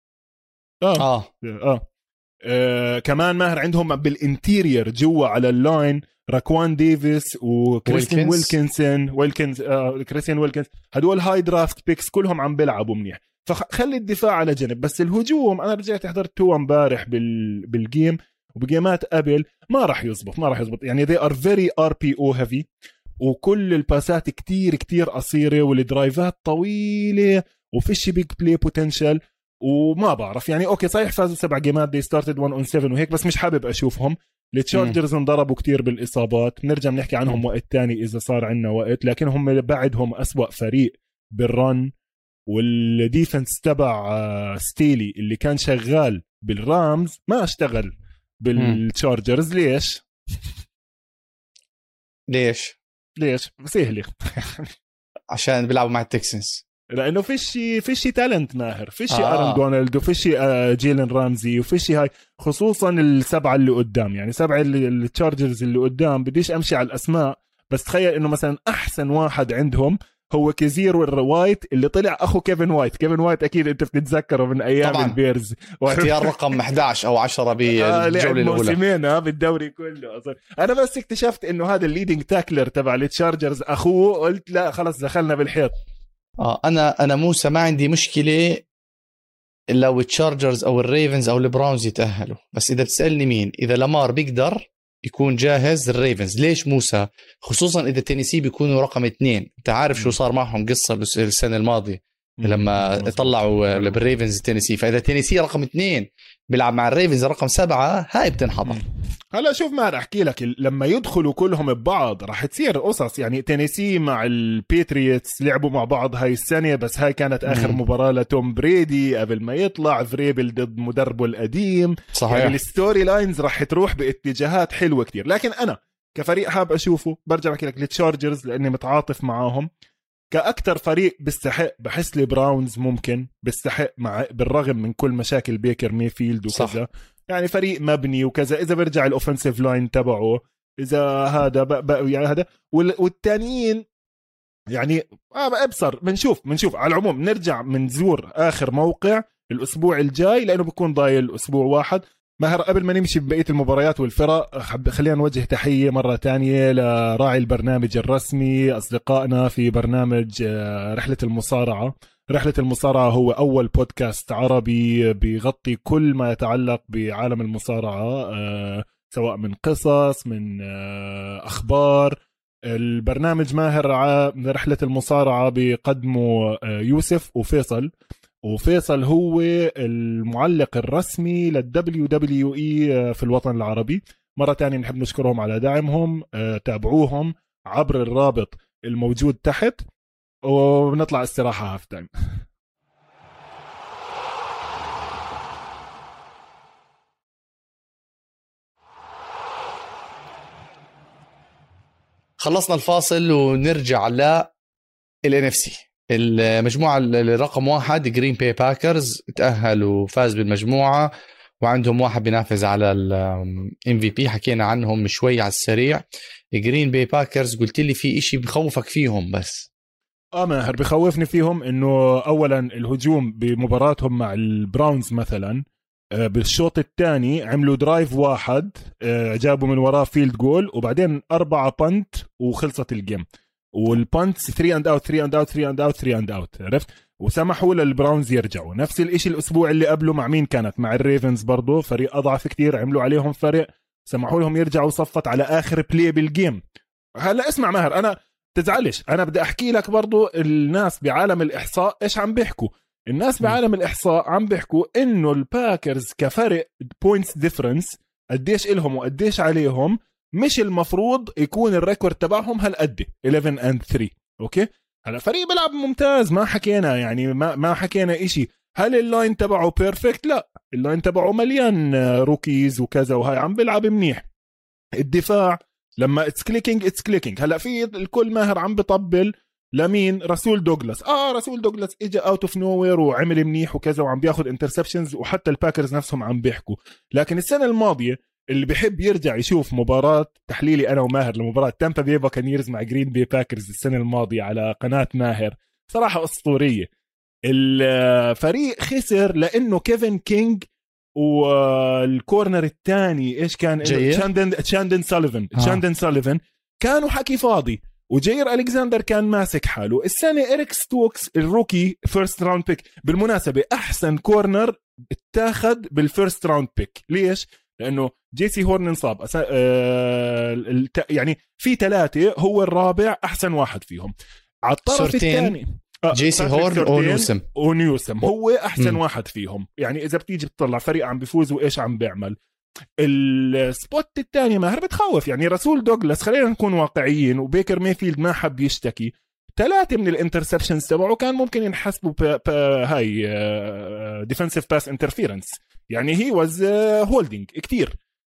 كمان ماهر عندهم بالانتيرير جوا على اللاين راكوان ديفيس وكريستيان كريستيان ويلكنز. هدول هاي درافت بيكس كلهم عم بيلعبوا منيح. فخلي الدفاع على جنب، بس الهجوم انا رجعت حضرت تو امبارح بالجيم وبجيمات قبل ما راح يزبط يعني they are very RPO heavy، وكل الباسات كتير قصيرة، والدرايفات طويلة، وفيش بيج بلاي بوتنشال. وما بعرف يعني، اوكي صحيح فازوا 7 جيمات they started 1-7 وهيك، بس مش حابب اشوفهم. التشارجرز انضربوا كتير بالاصابات، بنرجع بنحكي عنهم وقت تاني اذا صار عنا وقت. لكن هم بعدهم أسوأ فريق بالرن، والديفنس تبع ستيلي اللي كان شغال بالرامز ما اشتغل بالتشارجرز. ليش سهله عشان بيلعبوا مع التكسنز، لانه فيش تالنت ماهر، فيش ارون دونالد، وفيش جيلن رامزي، وفيش هاي، خصوصا السبعه اللي قدام. يعني 7 التشارجرز اللي قدام بديش امشي على الاسماء، بس تخيل انه مثلا احسن واحد عندهم هو كيزير وايت اللي طلع اخو كيفن وايت اكيد انت بتتذكره من ايام طبعاً. البيرز اختيار رقم 11 او 10 بالجوله الاولى موسمين بالدوري كله أصلاً. انا بس اكتشفت انه هذا الليدنج تاكلر تبع التشارجرز اخوه، قلت لا خلص دخلنا بالحيط. انا موسى ما عندي مشكله لو التشارجرز او الريفنز او البراونز يتاهلوا، بس اذا بتسالني مين، اذا لامار بيقدر يكون جاهز الريفنز. ليش موسى؟ خصوصا اذا تينيسي بيكونوا رقم 2. انت عارف شو صار معهم قصه السنه الماضيه لما طلعوا بالريفنز تينيسي. فاذا تينيسي رقم 2 بيلعب مع الريفنز رقم 7 هاي بتنحضر. هلا شوف ما راح احكي لك، لما يدخلوا كلهم ببعض راح تصير قصص. يعني تينيسي مع البيتريتس لعبوا مع بعض هاي السنه، بس هاي كانت اخر مباراه لتوم بريدي قبل ما يطلع فريبل ضد مدربه القديم. صحيح. يعني الستوري لاينز راح تروح باتجاهات حلوه كتير. لكن انا كفريق حاب اشوفه، برجع بحكي لك التشارجرز لاني متعاطف معاهم كأكتر فريق بيستحق. بحس لي براونز ممكن بيستحق مع بالرغم من كل مشاكل بيكر ميفيلد وكذا. صح. يعني فريق مبني وكذا، اذا برجع الاوفنسيف لاين تبعه، اذا هذا يعني هذا والتانيين يعني ابصر بنشوف. على العموم نرجع منزور اخر موقع الاسبوع الجاي لانه بيكون ضايل اسبوع واحد. ماهر قبل ما نمشي ببقية المباريات والفرق خلينا نوجه تحية مرة تانية لراعي البرنامج الرسمي، أصدقائنا في برنامج رحلة المصارعة. رحلة المصارعة هو أول بودكاست عربي بيغطي كل ما يتعلق بعالم المصارعة، سواء من قصص من أخبار. البرنامج ماهر رحلة المصارعة بيقدمه يوسف وفيصل هو المعلق الرسمي للWWE في الوطن العربي. مرة تانية نحب نشكرهم على دعمهم. تابعوهم عبر الرابط الموجود تحت، ونطلع استراحة هاف تايم. خلصنا الفاصل ونرجع للNFC. المجموعة الرقم 1 جرين باي باكرز تأهل وفاز بالمجموعة، وعندهم واحد بينافس على MVP. حكينا عنهم شوي على السريع. جرين باي باكرز قلت لي في إشي بخوفك فيهم؟ بس ماهر بخوفني فيهم إنه أولا الهجوم بمباراتهم مع البراونز مثلا بالشوط الثاني عملوا درايف واحد، جابوا من وراه فيلد جول، وبعدين 4 بانت وخلصت الجيم. والبانتس 3 اند اوت 3 اند اوت 3 اند اوت 3 اند اوت، عرفت؟ وسمحوا للبراونز يرجعوا. نفس الاشي الاسبوع اللي قبله مع مين كانت؟ مع الريفنز برضو، فريق اضعف كتير، عملوا عليهم فرق، سمحوا لهم يرجعوا. صفت على اخر بلاي بالجيم. هلا اسمع ماهر، انا تزعلش، انا بدي احكي لك برضو الناس بعالم الاحصاء ايش عم بيحكوا. الناس بعالم الاحصاء عم بيحكوا انه الباكرز كفرق بوينتس ديفرنس قديش إلهم وقديش عليهم، مش المفروض يكون الريكورد تبعهم هالقد 11-3. اوكي، هلا فريق بيلعب ممتاز، ما حكينا يعني ما حكينا إشي. هل اللاين تبعه بيرفكت؟ لا، اللاين تبعه مليان روكيز وكذا، وهاي عم بيلعب منيح. الدفاع لما اتس كليكينج. هلا في الكل ماهر عم بطبل لمين؟ رسول دوغلاس. رسول دوغلاس اجى اوت اوف نو وير وعمل منيح وكذا، وعم بياخد انترسبشنز، وحتى الباكرز نفسهم عم بيحكوا. لكن السنه الماضيه اللي بيحب يرجع يشوف مباراة تحليلي أنا وماهر لمباراة تامبا بي باكانيرز مع جرين بي باكرز السنة الماضية على قناة ماهر، صراحة أسطورية. الفريق خسر لأنه كيفن كينج والكورنر الثاني إيش كان؟ شاندن ساليفان كانوا حكي فاضي، وجير ألكساندر كان ماسك حاله. السنة إريك ستوكس الروكي فيرست راوند بيك، بالمناسبة أحسن كورنر اتاخد بالفيرست راوند بيك. ليش؟ لأنه جيسي هورن انصاب. يعني في 3 هو الرابع أحسن واحد فيهم. على الطرف الثاني جيسي هورن ونيوسم هو أحسن واحد فيهم. يعني إذا بتيجي تطلع فريق عم بيفوز وإيش عم بيعمل. السبوت الثاني ماهر بتخوف. يعني رسول دوغلاس، خلينا نكون واقعيين، وبيكر ميفيلد ما حب يشتكي. 3 من الانترسبشنز تبعه كان ممكن ينحسبوا هاي ديفنسيف باس انترفيرنس. يعني هي واز هولدينج كتير.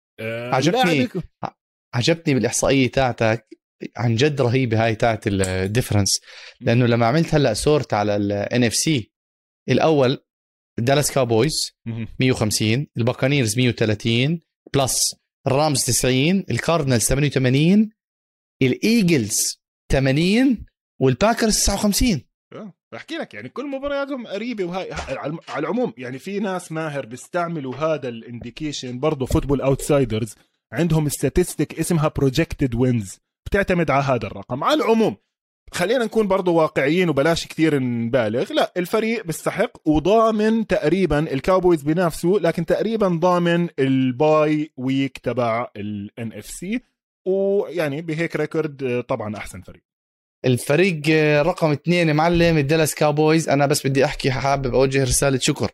عجبتني بالإحصائية تاعتك عن جد رهيبة هاي تاعت الديفرنس. لأنه لما عملت هلأ سورت على NFC، الأول دالاس كاوبويز 150، الباكانيرز 130 بلس، الرامز 90، الكاردينالز 88، الايجلز 80 والباكرز 59. بحكي لك يعني كل مبارياتهم قريبه. وهاي على العموم يعني في ناس ماهر بيستعملوا هذا الانديكيشن برضه. فوتبول اوتسايدرز عندهم ستاتستيك اسمها بروجكتد وينز، بتعتمد على هذا الرقم. على العموم خلينا نكون برضه واقعيين وبلاش كثير نبالغ. لا، الفريق بيستحق وضامن تقريبا. الكاوبويز بنفسه لكن تقريبا ضامن الباي ويك تبع الNFC، ويعني بهيك ريكورد طبعا احسن فريق. الفريق رقم 2 معلم الدالاس كاوبويز. انا بس بدي احكي، حابب اوجه رساله شكر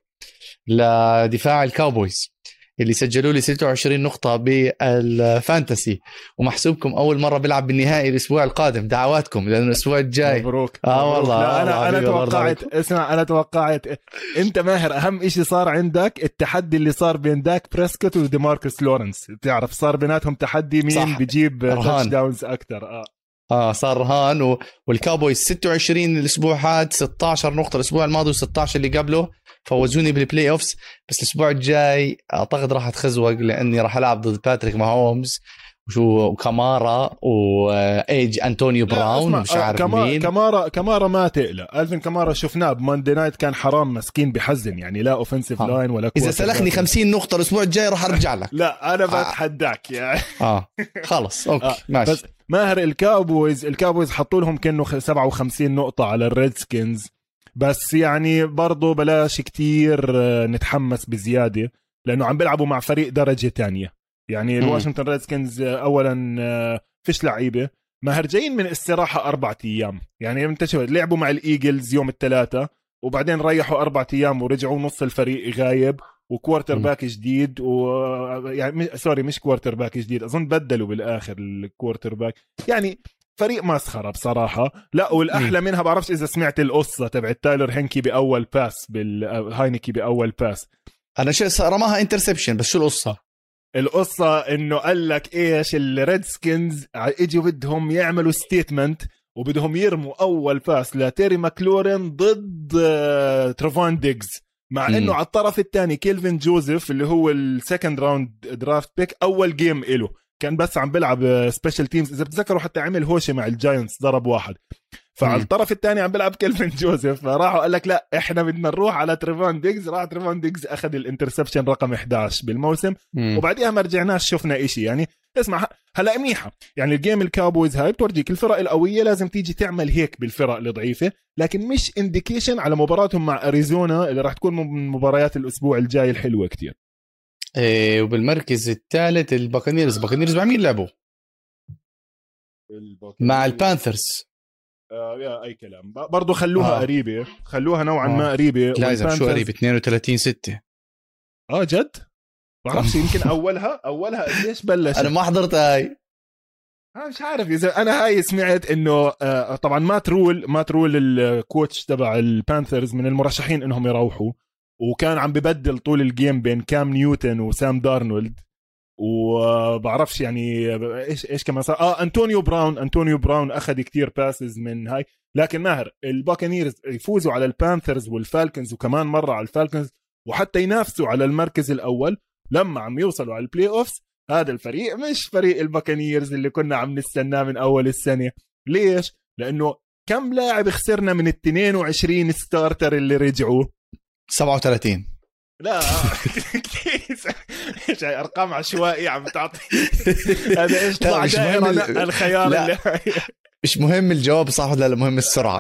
لدفاع الكاوبويز اللي سجلوا لي 26 نقطة بالفانتسي، ومحسوبكم أول مرة بيلعب بالنهائي الأسبوع القادم. دعواتكم لأنه الأسبوع الجاي. مبروك. والله أنا توقعت، اسمع أنا توقعت أنت ماهر أهم إشي صار عندك التحدي اللي صار بين داك بريسكوت وديماركوس لورنس. تعرف صار بيناتهم تحدي مين بيجيب تاتش داونز أكتر. صار رهان. والكاوبويز 26 الأسبوع هذا، 16 نقطة الأسبوع الماضي و16 اللي قبله، فوزوني بالبلاي أوفس. بس الأسبوع الجاي أعتقد راح أتخزوق لأني راح ألعب ضد باتريك ماهومز وكامارا وإيج أنتونيو براون ومش عارف مين. كامارا ما تقلق. ألفين كامارا شفناه بماندي نايت كان حرام مسكين بحزن يعني، لا أوفنسيف لاين ولا إذا سلخني 50 نقطة الأسبوع الجاي راح أرجع لك. لا أنا بتحداك يعني. خلص أوكي ماشي. بس ماهر الكاوبويز حطوا لهم كأنه 57 نقطة على الريدسكنز. بس يعني برضو بلاش كتير نتحمس بزيادة لأنه عم بيلعبوا مع فريق درجة تانية. يعني الواشنطن ريدسكنز أولا فيش لعيبة، ماهر جايين من استراحة 4 أيام. يعني انت شو لعبوا مع الإيجلز يوم الثلاثة وبعدين ريحوا 4 أيام ورجعوا نص الفريق غايب وكوارتر باك جديد يعني سوري مش كوارتر باك جديد، أظن بدلوا بالآخر الكوارتر باك. يعني فريق مسخرة بصراحة. لا والأحلى منها بعرفش إذا سمعت القصة تبع تايلر هنكي بأول باس هاينكي بأول باس. أنا شيء رماها انترسبشن. بس شو القصة إنه قال لك إيش الريدسكنز إجوا بدهم يعملوا ستيتمنت وبدهم يرموا أول باس لتيري ماكلورين ضد ترافون ديجز، مع إنه على الطرف الثاني كيلفين جوزيف اللي هو السكند راوند درافت بيك أول جيم إله كان بس عم بلعب سبيشال تيمز. إذا بتذكروا حتى عمل هوشة مع الجاينتس ضرب واحد. فعلى الطرف الثاني عم بلعب كيلفين جوزيف، فراحوا قال لك لا احنا بدنا نروح على تريفون ديجز. راح تريفون ديجز اخذ الانترسبشن رقم 11 بالموسم وبعديها ما رجعناش شفنا إشي. يعني اسمع هلا منيحه يعني الجيم الكاوبويز هاي بتورجيك الفرق القويه لازم تيجي تعمل هيك بالفرق الضعيفه، لكن مش انديكيشن على مباراتهم مع اريزونا اللي راح تكون من مباريات الاسبوع الجاي الحلوه كتير. وبالمركز الثالث الباكانيرز مع مين لعبوا؟ مع البانثرز. يا اي كلام برضو خلوها قريبه، خلوها نوعا ما قريبه. لازم شو قريب 32-6. جد بعرفش يمكن اولها قديش بلش. انا ما حضرت هاي. مش عارف اذا انا هاي سمعت انه طبعا مات رول الكوتش تبع البانثرز من المرشحين انهم يروحوا، وكان عم ببدل طول الجيم بين كام نيوتن وسام دارنولد وبعرفش يعني ايش كمان صار. انطونيو براون اخذ كتير باسز من هاي. لكن ماهر الباكانيرز يفوزوا على البانثرز والفالكنز وكمان مرة على الفالكنز وحتى ينافسوا على المركز الاول لما عم يوصلوا على البلاي اوفز. هذا الفريق مش فريق الباكانيرز اللي كنا عم نستناه من اول السنة. ليش؟ لانه كم لاعب خسرنا من 22 ستارتر اللي رجعوا؟ 37. لا ايش هاي ارقام عشوائيه عم تعطي. هذا ايش طلع دائره الخيار اللي مش مهم الجواب صح ولا لا، مهم السرعه.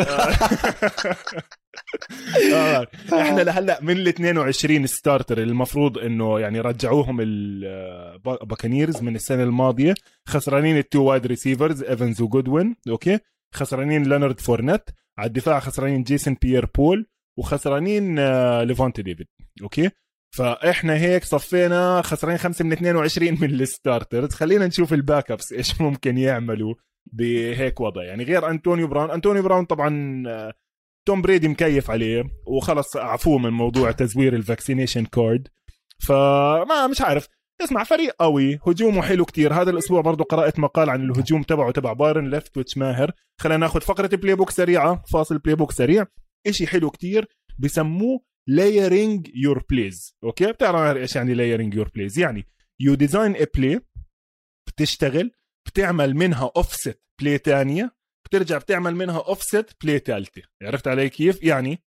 احنا لهلا من ال 22 ستارتر المفروض انه يعني رجعوهم الباكانيرز من السنه الماضيه خسرانين التو وايد ريسيفرز ايفنز وجودوين. اوكي خسرانين لينارد فورنت على الدفاع، خسرانين جيسون بيير بول وخسرانين ليفونتي ديفيد. اوكي فاحنا هيك صفينا خسرانين 5 من 22 من الستارترز. خلينا نشوف الباك ابس ايش ممكن يعملوا بهيك وضع. يعني غير انطونيو براون طبعا توم بريدي مكيف عليه وخلص عفوه من موضوع تزوير الفاكسينيشن كارد. فما مش عارف. اسمع فريق قوي هجومه حلو كتير. هذا الاسبوع برضو قرأت مقال عن الهجوم تبع بايرن ليفتويتش ماهر. خلينا ناخذ فقرة بلاي بوك سريعة، فاصل بلاي بوك سريع. اشي حلو كتير بسموه layering your plays. اوكي بتعرف ايش يعني layering your plays؟ يعني you design a play بتشتغل بتعمل منها اوفست بلاي تانية، بترجع بتعمل منها اوفست بلاي ثالثه. عرفت علي كيف؟ يعني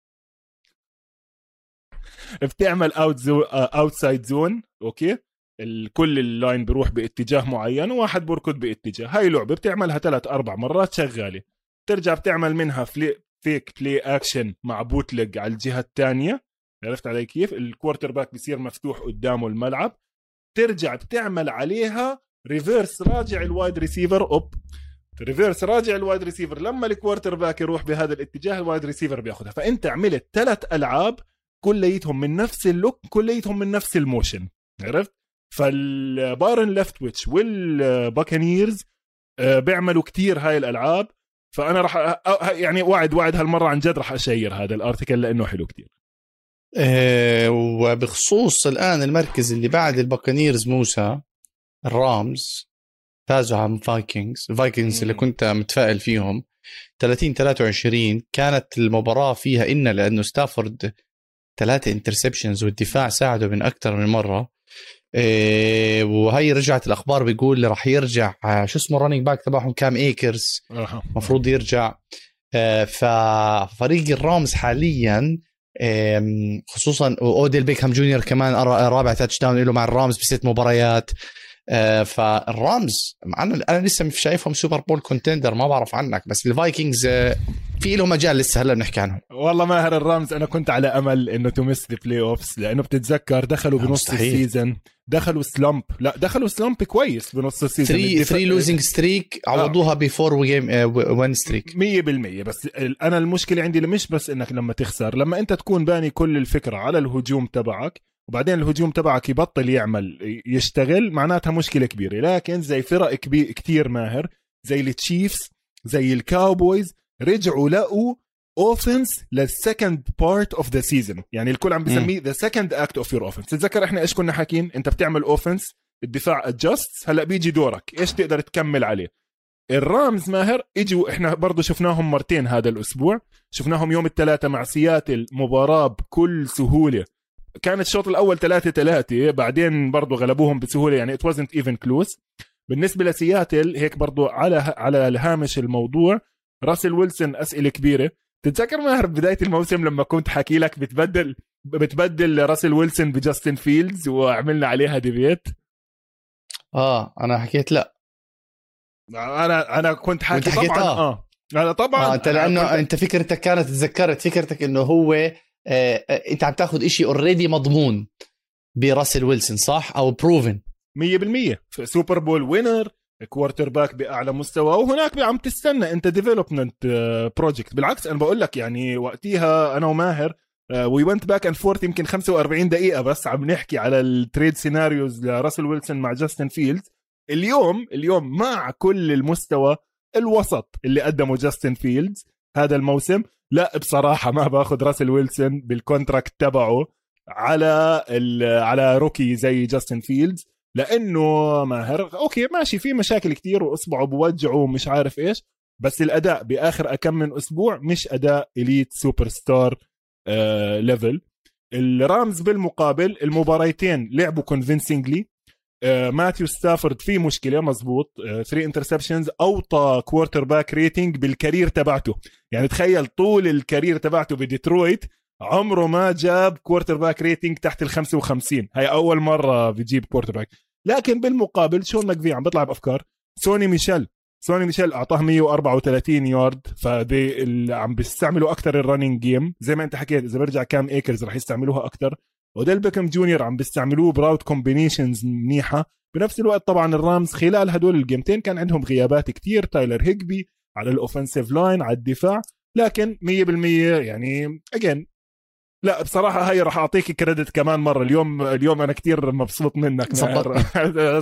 بتعمل اوتسايد زون، اوكي، كل اللاين بيروح باتجاه معين وواحد بركض باتجاه. هاي لعبه بتعملها 3-4 مرات شغاله، ترجع بتعمل منها فيك بلاي اكشن مع بوتلج على الجهه الثانيه. عرفت علي كيف؟ الكوارتر باك بيصير مفتوح قدامه الملعب، ترجع بتعمل عليها ريفيرس راجع الوايد ريسيفر، ريفيرس راجع الوايد ريسيفر، لما الكوارتر باك يروح بهذا الاتجاه الوايد ريسيفر بياخذها. فانت عملت 3 ألعاب كليتهم من نفس اللوك، كليتهم من نفس الموشن. عرفت؟ فالبايرن ليفتويتش والباكانيرز بيعملوا كتير هاي الألعاب. فأنا راح يعني وعد هالمرة عن جد راح أشير هذا الارتيكل لأنه حلو كتير. وبخصوص الآن المركز اللي بعد الباكانيرز موسى، الرامز فازوا على الفايكنجز اللي كنت متفائل فيهم 30-23. كانت المباراة فيها إن لأنه ستافورد 3 انترسبشنز والدفاع ساعده من أكثر من مرة. وهي رجعت الأخبار بيقول راح يرجع شو اسمه رانينج باك تبعهم كام إيكرز مفروض يرجع. ففريق الرامز حاليا خصوصا أوديل بيكهام جونيور كمان رابع تاتش داون له مع الرامز ب6 مباريات. فالرامز أنا لسه مش شايفهم سوبر بول كونتندر، ما بعرف عنك، بس الفايكنجز في لهم مجال لسه هلا بنحكي عنهم. والله ماهر الرامز أنا كنت على أمل إنه تمس دي بلاي أوفس، لأنه بتتذكر دخلوا بنص السيزن، دخلوا سلامب كويس بنص السيزن، 3 لوزينج ستريك عوضوها بفور وجيم 1 ستريك 100%. بس أنا المشكلة عندي مش بس إنك لما تخسر، لما أنت تكون باني كل الفكرة على الهجوم تبعك وبعدين الهجوم تبعك يبطل يشتغل، معناتها مشكلة كبيرة. لكن زي فرق كتير ماهر زي التشيفز زي الكاوبويز رجعوا لقوا اوفنس للسكند بارت اوف ذا سيزون، يعني الكل عم بيسميه ذا سكند اكت اوف يور اوفنس. تتذكر احنا ايش كنا حاكين؟ انت بتعمل اوفنس، الدفاع ادجست، هلا بيجي دورك ايش تقدر تكمل عليه. الرامز ماهر اجوا، احنا برضو شفناهم مرتين هذا الاسبوع، شفناهم يوم الثلاثاء مع سياتل، مباراة بكل سهولة. كانت الشوط الاول 3-3 بعدين برضو غلبوهم بسهولة، يعني it wasn't even close. بالنسبة لسياتل هيك برضو على الهامش الموضوع، راسل ويلسون أسئلة كبيرة. تتذكر ماهر بداية الموسم لما كنت حكي لك بتبدل راسل ويلسون بجاستن فيلدز وعملنا عليها ديبيت؟ انا حكيت لا، انا كنت حكي طبعا انا طبعا انت لانه انت فكرتك كانت تذكرت فكرتك انه هو انت عم تاخذ إشي اوريدي مضمون براسل ويلسون، صح؟ او بروفن 100% في سوبر بول وينر، كوارتر باك باعلى مستوى، وهناك عم تستنى انت ديفلوبمنت بروجكت. بالعكس انا بقول لك يعني وقتها انا وماهر وي ونت باك اند فورث يمكن 45 دقيقه بس عم نحكي على التريد سيناريوز لراسل ويلسون مع جاستن فيلدز. اليوم مع كل المستوى الوسط اللي قدمه جاستن فيلدز هذا الموسم، لا بصراحه ما باخذ راسل ويلسون بالكونتراكت تبعه على روكي زي جاستن فيلدز، لانه ماهر اوكي ماشي في مشاكل كتير واصبعه بوجعه ومش عارف ايش، بس الاداء باخر كم من اسبوع مش اداء اليت سوبر ستار ليفل. الرامز بالمقابل المباريتين لعبوا كونفينسينجلي. ماثيو ستافورد في مشكله مزبوط، 3 انترسبشنز، اوطى كوارتر باك ريتنج بالكارير تبعته. يعني تخيل طول الكارير تبعته بديترويت عمره ما جاب كوارتر باك ريتنج تحت ال55، هاي اول مره بيجيب كوارتر باك. لكن بالمقابل شون ماكفي عم بيطلع بافكار. سوني ميشيل اعطاه 134 يارد، فدي عم بيستعملوا اكثر الرننج جيم زي ما انت حكيت، اذا برجع كام ايكرز رح يستعملوها اكثر. وديل بيكم جونيور عم بيستعملوه براوت كومبينيشنز منيحه. بنفس الوقت طبعا الرامز خلال هدول الجيمتين كان عندهم غيابات كتير، تايلر هيجبي على الاوفنسيف لاين على الدفاع، لكن 100% يعني اجين لا بصراحة هاي راح أعطيك كريدت كمان مرة. اليوم أنا كتير مبسوط منك زبطتك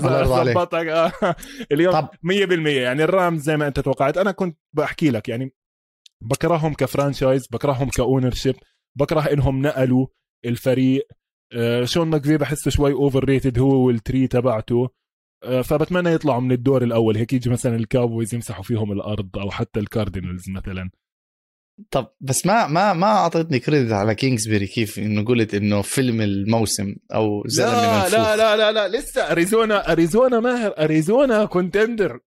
اليوم 100%. يعني الرامز زي ما أنت توقعت، أنا كنت بحكي لك يعني بكرههم كفرانشايز، بكرههم كأونرشيب، بكره إنهم نقلوا الفريق. شون ماكفي بحسه شوي أوفر ريتد هو والتري تبعته، فبتمنى يطلعوا من الدور الأول، هيك يجي مثلا الكاوبويز يمسحوا فيهم الأرض أو حتى الكاردينالز مثلا. طب بس ما اعطيتني كريدت على كينغسبري، كيف انه قلت انه فيلم الموسم او زلمه منفوخ. لا لسه اريزونا ماهر، اريزونا كونتندر،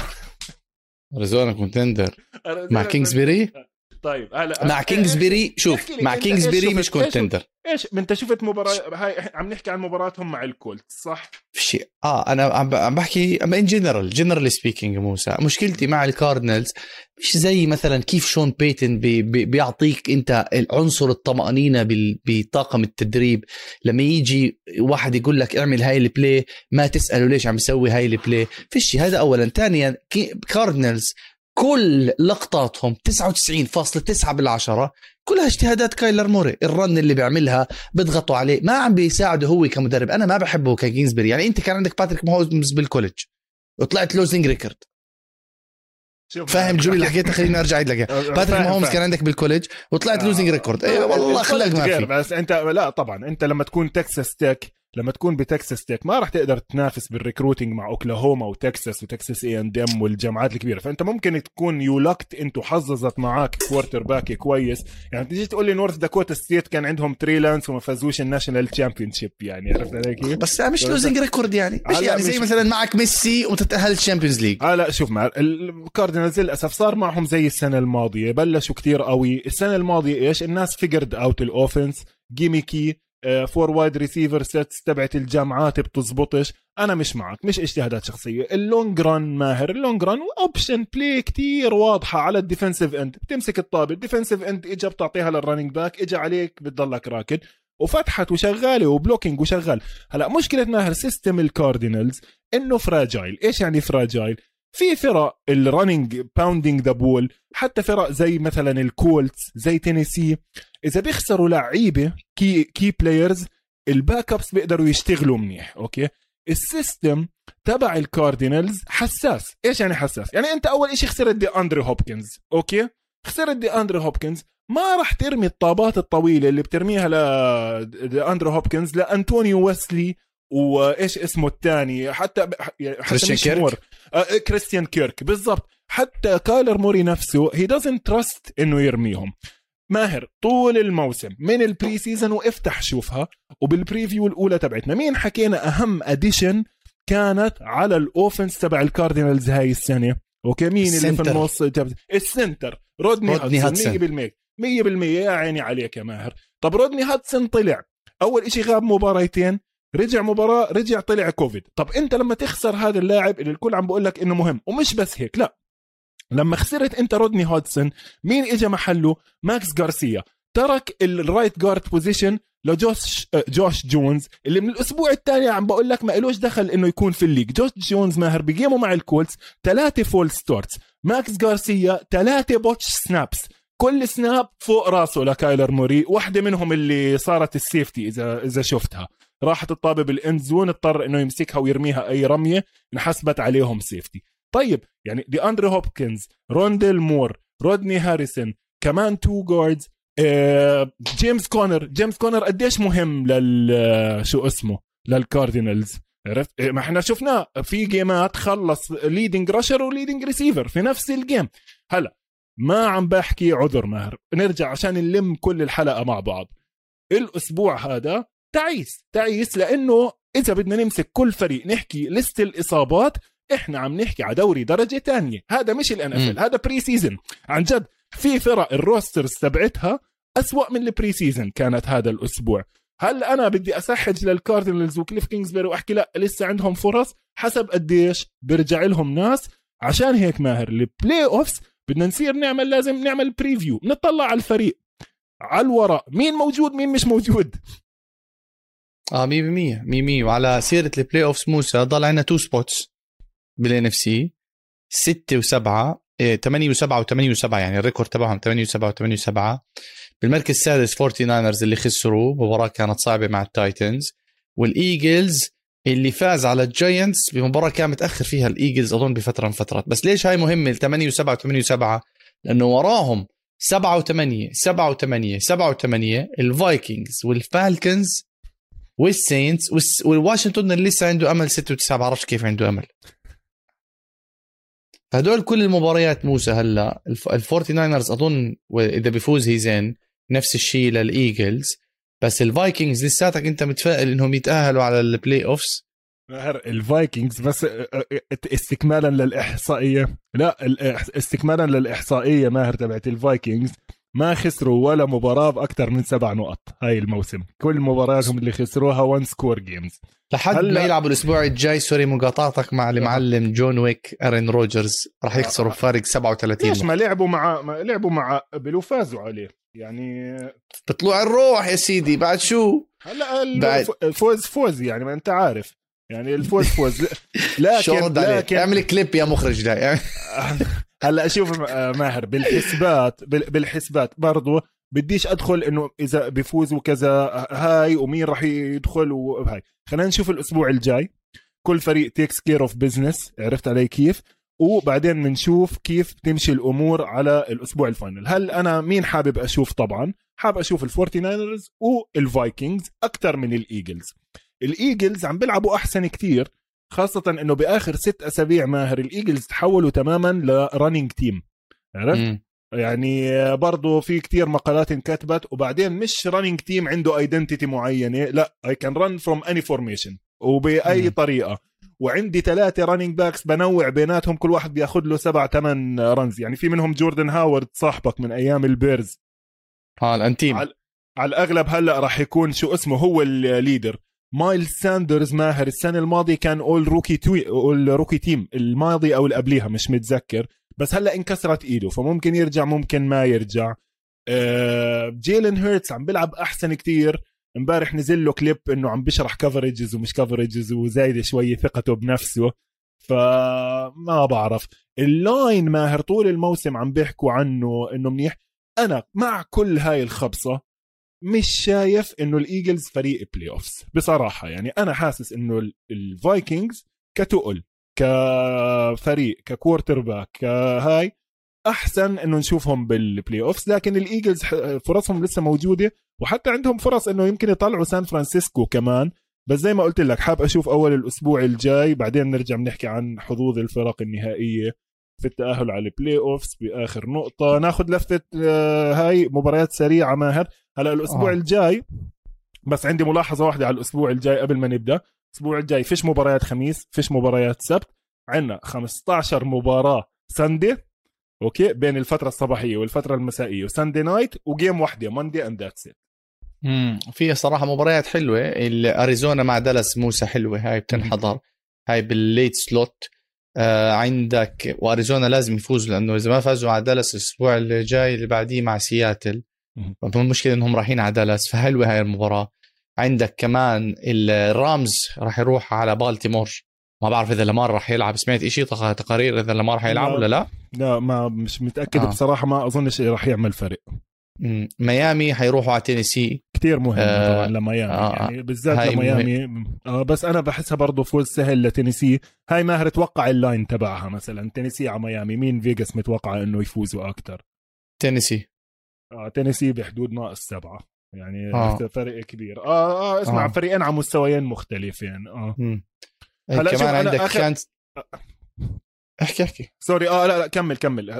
اريزونا كونتندر مع كينغسبري. طيب هلا مع كينغسبري، شوف مع كينغسبري مش كونتندر. ايش انت شفت مباراه هاي؟ عم نحكي عن مباراتهم مع الكولت صح؟ في شيء انا عم بحكي ان جنرال سبيكينج. موسى مشكلتي مع الكاردينالز مش زي مثلا كيف شون بيتن بيعطيك انت العنصر الطمأنينة بطاقم التدريب. لما يجي واحد يقول لك اعمل هاي البلاي ما تسأله ليش عم يسوي هاي البلاي، في شيء. هذا اولا. ثانيا كاردينالز كل لقطاتهم 99.9 كلها اجتهادات كايلر موري. الرن اللي بيعملها بيضغطوا عليه، ما عم بيساعده هو كمدرب. انا ما بحبه كجينزبري. يعني انت كان عندك باتريك ماهومز بالكوليدج وطلعت لوزنج ريكورد، فاهم جولي اللي حكيتها؟ خليني ارجع اعيد لك. باتريك ماهومز كان عندك بالكوليدج وطلعت لوزنج ريكورد. اي والله اخلاق ما في. بس انت لا طبعا انت لما تكون تكساس تك، لما تكون بتكساس تك ما راح تقدر تنافس بالريكروتينج مع اوكلاهوما وتكساس اي اند ام والجامعات الكبيره. فانت ممكن تكون يولكت انت حظظت معك كوارتر باك كويس. يعني تيجي تقول لي نورث داكوتا ستيت كان عندهم تريلانس وما فازوش الناشونال تشامبيونشيب، يعني عرفت علي كيف؟ بس مش لوزنج ريكورد يعني مش يعني زي مثلا معك ميسي وتتاهل الشامبيونز ليج. لا شوف، مع الكاردينالز للاسف صار معهم زي السنه الماضيه، بلشوا كتير قوي. السنه الماضيه ايش الناس فيجرد اوت الاوفنس جيميكي فور وايد ريسيفر سيتس تبعت الجامعات بتزبطش. انا مش معك، مش اجتهادات شخصيه. اللونج ران ماهر، اللونج ران اوبشن بلاي كتير واضحه على الديفنسيف اند. بتمسك الطابه الديفنسيف اند اجى بتعطيها للرننج باك، اجى عليك بتضلك راكد وفتحت وشغاله وبلوكينج وشغال. هلا مشكله ماهر سيستم الكاردينالز انه فراجايل. ايش يعني فراجايل؟ في فرق الرننج باوندينج ذا بول، حتى فرق زي مثلا الكولتس زي تينيسي، اذا بيخسروا لعيبه كي بلايرز الباك ابس بيقدروا يشتغلوا منيح. اوكي، السيستم تبع الكاردينالز حساس. ايش يعني حساس؟ يعني انت اول اشي خسرت دي اندري هوبكنز. اوكي، خسرت دي اندري هوبكنز، ما راح ترمي الطابات الطويله اللي بترميها دي اندري هوبكنز لانتونيو ويسلي وايش اسمه الثاني، حتى كريستيان كيرك بالضبط. حتى كايلر موري نفسه he doesn't trust انه يرميهم. ماهر طول الموسم من البري سيزن وافتح شوفها، وبالبريفيو الاولى تبعتنا مين حكينا اهم اديشن كانت على الاوفنس تبع الكاردينالز هاي السنه؟ اوكي، مين اللي في النص؟ السنتر رودني هاتسون 100% يا عيني عليك يا ماهر. طب رودني هاتسون طلع اول اشي غاب مباراتين، رجع مباراة رجع طلع كوفيد. طب انت لما تخسر هذا اللاعب اللي الكل عم بقول لك انه مهم، ومش بس هيك لا، لما خسرت انت رودني هودسون مين اجى محله؟ ماكس غارسيا. ترك الرايت جارد بوزيشن جوش جونز اللي من الاسبوع الثاني عم بقول لك ما إلوش دخل انه يكون في الليج. جوش جونز ماهر بيجيموا مع الكولتس 3 فول ستارتس، ماكس غارسيا 3 بوتش سنابس، كل سناب فوق راسه لكايلر موري. واحدة منهم اللي صارت السيفتي إذا شفتها، راحت الطابة بالإند زون، اضطر إنه يمسكها ويرميها أي رمية، انحسبت عليهم سيفتي. طيب يعني دي أندري هوبكنز، رونديل مور، رودني هاريسون، كمان 2 جاردز، جيمس كونر قديش مهم شو اسمه للكاردينالز. عرفت؟ ما احنا شفناه في جيمات خلص ليدنج راشر وليدنج ريسيفر في نفس الجيم. هلا ما عم بحكي عذر ماهر، نرجع عشان نلم كل الحلقة مع بعض. الأسبوع هذا تعيس لأنه إذا بدنا نمسك كل فريق نحكي لست الإصابات، إحنا عم نحكي على دوري درجة تانية. هذا مش الNFL، هذا بري سيزن. عن جد في فرق الروسترز تبعتها أسوأ من البري سيزن كانت هذا الأسبوع. هل أنا بدي أسحج للكاردينالز وكليف كينغسبري وأحكي لا لسه عندهم فرص؟ حسب قديش برجع لهم ناس. عشان هيك ماهر البلاي أوفس بدنا نصير لازم نعمل بريفيو، نطلع على الفريق على الوراء مين موجود مين مش موجود. 100%. وعلى سيرة البلاي أوفس موسى، ضل عنا 2 سبوتس بالNFC 6 و7 8 و7 و8 و7، يعني الريكورد تبعهم 8 و7 و8 و7. بالمركز السادس 49ers اللي خسروا مباراة كانت صعبة مع التايتنز، والإيجلز اللي فاز على الجاينتس بمباراة كان متأخر فيها الإيجلز أظن بفترة من فترات. بس ليش هاي مهمة 8 و7 و8 و7؟ لأنه وراهم 7 و8 7 و8 7 و8 الفايكنجز والفالكنز والسينتس والواشنطن اللي لسه عنده أمل 6 و9. بعرفش كيف عنده أمل. هدول كل المباريات موسى هلا الفورتي ناينرز اظن اذا بيفوز هي زين، نفس الشيء للايجلز. بس الفايكنجز لساتك انت متفائل انهم يتاهلوا على البلاي اوفس؟ الفايكنجز بس استكمالا للاحصائيه، لا استكمالا للاحصائيه ماهر تبعت الفايكنجز ما خسروا ولا مباراه باكثر من 7 نقط هاي الموسم، كل مباراتهم اللي خسروها 1 سكور جيمز لحد ما يلعبوا الاسبوع الجاي. سوري مقاطعتك مع المعلم جون ويك ارين روجرز، راح يخسروا بفارق 37. ليش ما لعبوا مع بلو فازوا عليه يعني بطلوع الروح يا سيدي. بعد شو هلا الفوز يعني ما انت عارف يعني الفوز لكن اعمل كليب يا مخرج ده. هلا اشوف ماهر بالحسبات برضو بديش ادخل انه اذا بيفوز وكذا هاي ومين راح يدخل وهاي. خلينا نشوف الاسبوع الجاي كل فريق تيكس كير اوف بزنس، عرفت علي كيف؟ وبعدين بنشوف كيف تمشي الامور على الاسبوع الفاينل. هل انا مين حابب اشوف؟ طبعا حابب اشوف الفورتي ناينرز والفايكنجز اكثر من الايجلز. الايجلز عم بيلعبوا احسن كتير، خاصة انه باخر 6 اسابيع ماهر الايجلز تحولوا تماما لرننج تيم، عرفت؟ يعني برضو في كتير مقالات انكتبت، وبعدين مش رننج تيم عنده ايدنتيتي معينة، لا I can run from any formation وبأي طريقة. وعندي 3 رننج باكس بنوع بيناتهم، كل واحد بياخد له 7-8 رنز، يعني في منهم جوردن هاورد صاحبك من ايام البيرز الانتيم على الاغلب هلا راح يكون شو اسمه هو الليدر. مايلز ساندرز ماهر السنه الماضيه كان اول روكي تيم الماضي او اللي قبليها مش متذكر، بس هلا انكسرت ايده فممكن يرجع ممكن ما يرجع. جيلن هيرتس عم بيلعب احسن كتير. امبارح نزل له كليب انه عم بيشرح كفرجز ومش كفرجز وزايده شويه ثقته بنفسه، فما بعرف. اللاين ماهر طول الموسم عم بيحكوا عنه انه منيح. انا مع كل هاي الخبصه مش شايف انه الايجلز فريق بلاي اوفز بصراحه. يعني انا حاسس انه الفايكنجز كتقل كفريق ككوارتر باك كهاي احسن انه نشوفهم بالبلاي اوفز، لكن الايجلز فرصهم لسه موجوده، وحتى عندهم فرص انه يمكن يطلعوا سان فرانسيسكو كمان. بس زي ما قلت لك حاب اشوف اول الاسبوع الجاي، بعدين نرجع بنحكي عن حظوظ الفرق النهائيه في التاهل على البلاي اوفز. باخر نقطه ناخذ لفه هاي مباريات سريعه ماهر. هلا الاسبوع الجاي بس عندي ملاحظه واحده على الاسبوع الجاي قبل ما نبدا. الاسبوع الجاي فيش مباريات خميس، فيش مباريات سبت، عندنا 15 مباراه ساندي اوكي بين الفتره الصباحيه والفتره المسائيه وساندي نايت، وجيم واحده ماندي اند ذاتس ات. فيها صراحه مباريات حلوه. الاريزونا مع دالاس موسى حلوه هاي بتنحضر هاي بالليت سلوت. عندك واريزونا لازم يفوز، لانه اذا ما فازوا على دالاس الاسبوع الجاي اللي بعديه مع سياتل المشكله انهم رايحين على دالاس، فحلوه هاي المباراه. عندك كمان الرامز راح يروح على بالتيمور، ما بعرف اذا لامار راح يلعب. سمعت إشي تقارير اذا لامار حيلعب ولا لا؟ لا ما مش متاكد بصراحه، ما اظنش راح يعمل فرق. ميامي حيروحوا على تينيسي، كتير مهم طبعا لميامي يعني بالذات لميامي. بس انا بحسها برضو فوز سهل لتينيسي. هاي ماهر توقع اللاين تبعها مثلا تينيسي على ميامي، مين فيغاس متوقع انه يفوزوا اكتر؟ تينيسي. تينيسي بحدود -7 يعني فرق كبير. اسمع فريقين على مستويين مختلفين. هلا كمان عندك كانت احكي سوري لا كمل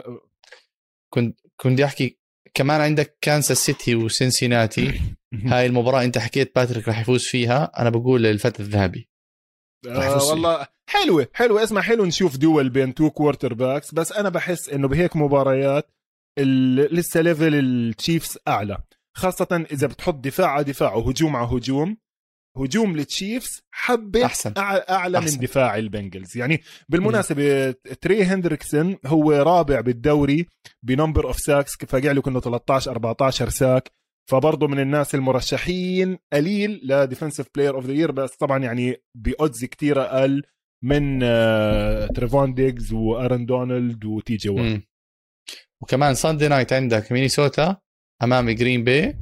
كنت بدي احكي كمان عندك كانساس سيتي وسينسيناتي. هاي المباراة انت حكيت باتريك راح يفوز فيها، انا بقول الفتى الذهبي والله حلوة اسمع حلو نشوف دول بين 2 كوارتر باكس. بس انا بحس انه بهيك مباريات لسه ليفل التشيفز اعلى، خاصة اذا بتحط دفاع على دفاع وهجوم على هجوم للتشيفز حبة أحسن. أعلى من دفاع البنجلز. يعني بالمناسبة تري هندريكسون هو رابع بالدوري بنمبر اوف ساكس، فاقع له كنه 13-14 ساك، فبرضه من الناس المرشحين قليل لديفنسيف بلاير اوف ذا يير، بس طبعا يعني بأودز كتير أقل من تريفون ديجز وارن دونالد وتي جي وات. وكمان ساندي نايت عندك مينيسوتا امام جرين باي،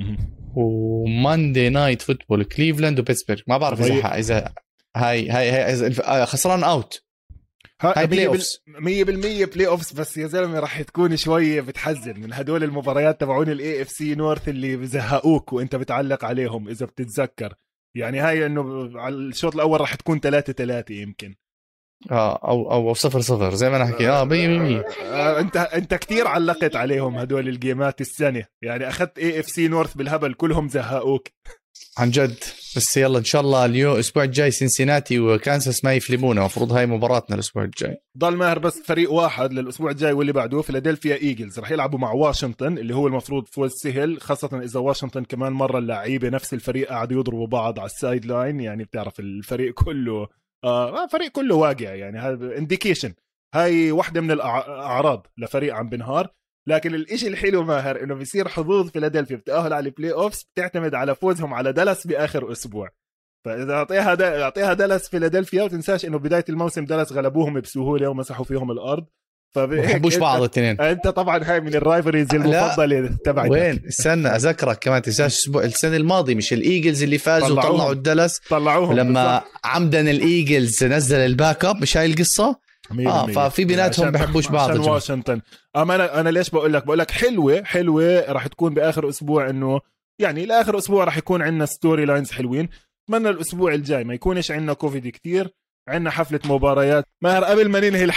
وماندي نايت فوتبول كليفلاند وبيتسبرغ. ما بعرف اذا هاي خسران اوت. هاي بلاي اوفز 100% بلاي اوفز، بس يا زلمه راح تكون شويه بتحزن من هدول المباريات تبعون الاي اف سي نورث اللي بزهقوك وانت بتعلق عليهم اذا بتتذكر. يعني هاي انه على الشوط الاول راح تكون 3-3 يمكن. او 0-0 زي ما نحكي 100%. انت كتير علقت عليهم هدول الجيمات السنه، يعني اخذت AFC نورث بالهبل، كلهم زهقوك عن جد. بس يلا ان شاء الله اليوم الاسبوع الجاي سينسيناتي وكانساس ما يفلمونا، المفروض هاي مباراتنا الاسبوع الجاي. ضل ماهر بس فريق واحد للاسبوع الجاي واللي بعده، فيلادلفيا ايجلز رح يلعبوا مع واشنطن، اللي هو المفروض فوز سهل، خاصه اذا واشنطن كمان مره اللعيبه نفس الفريق قاعدوا يضربوا بعض على السايد لاين، يعني بتعرف الفريق كله فريق كله واقع، يعني هذا انديكيشن، هاي واحدة من الأعراض لفريق عم بنهار. لكن الاشي الحلو ماهر انه بيصير حظوظ فيلادلفيا بتأهل على البلاي اوفز بتعتمد على فوزهم على دالاس باخر اسبوع. فاذا اعطيها دالاس فيلادلفيا، وتنساش انه بدايه الموسم دالاس غلبوهم بسهوله ومسحوا فيهم الارض، بحبوش بعض الاثنين. انت طبعا هاي من الرايفريز المفضله تبعتك. وين استنى اذكرك كمان تنساش السنه الماضيه مش الايجلز اللي فازوا وطلعوا الدالاس، طلعوهم لما عمدا الايجلز نزل الباك اب، مش هاي القصه؟ ففي بيناتهم بحبوش بعض. عشان واشنطن انا ليش بقول لك حلوه راح تكون باخر اسبوع، انه يعني لاخر اسبوع راح يكون عندنا ستوري لاينز حلوين. اتمنى الاسبوع الجاي ما يكونش عندنا كوفيد كتير، عندنا حفله مباريات ماهر قبل ما ننهي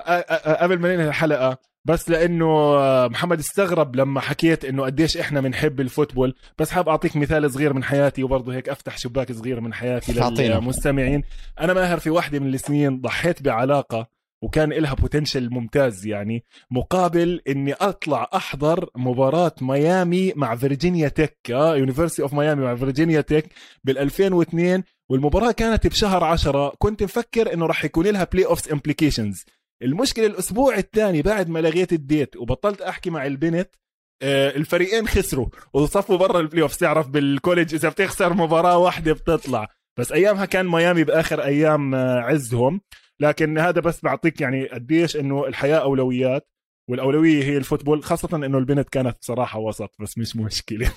الحلقه بس لانه محمد استغرب لما حكيت انه قديش احنا بنحب الفوتبول، بس حاب اعطيك مثال صغير من حياتي، وبرضه هيك افتح شباك صغير من حياتي للمستمعين. انا ماهر في واحدة من السنين ضحيت بعلاقه وكان إلها بوتنشل ممتاز، يعني مقابل اني اطلع احضر مباراة ميامي مع فيرجينيا تك، يونيفرسيتي اوف ميامي مع فيرجينيا تك بال2002، والمباراة كانت بشهر 10. كنت مفكر انه راح يكون لها بلاي اوفز امبليكيشنز. المشكلة الاسبوع الثاني بعد ما لغيت الديت وبطلت احكي مع البنت، الفريقين خسروا وصفوا برا البلاي اوفز. تعرف بالكوليج اذا بتخسر مباراة واحدة بتطلع، بس ايامها كان ميامي باخر ايام عزهم. لكن هذا بس بعطيك يعني قديش انه الحياة اولويات، والاولوية هي الفوتبول، خاصة انه البنت كانت بصراحة وسط، بس مش مشكلة.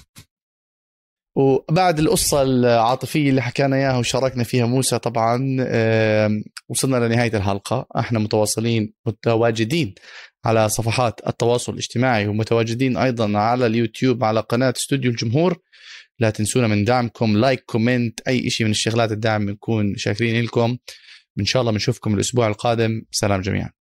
وبعد القصة العاطفية اللي حكينا اياها وشاركنا فيها موسى، طبعا وصلنا لنهاية الحلقة. احنا متواجدين على صفحات التواصل الاجتماعي، ومتواجدين ايضا على اليوتيوب على قناة استوديو الجمهور. لا تنسونا من دعمكم، لايك، كومنت، اي اشي من الشغلات الدعم بنكون شاكرين لكم. ان شاء الله بنشوفكم الاسبوع القادم. سلام جميعا.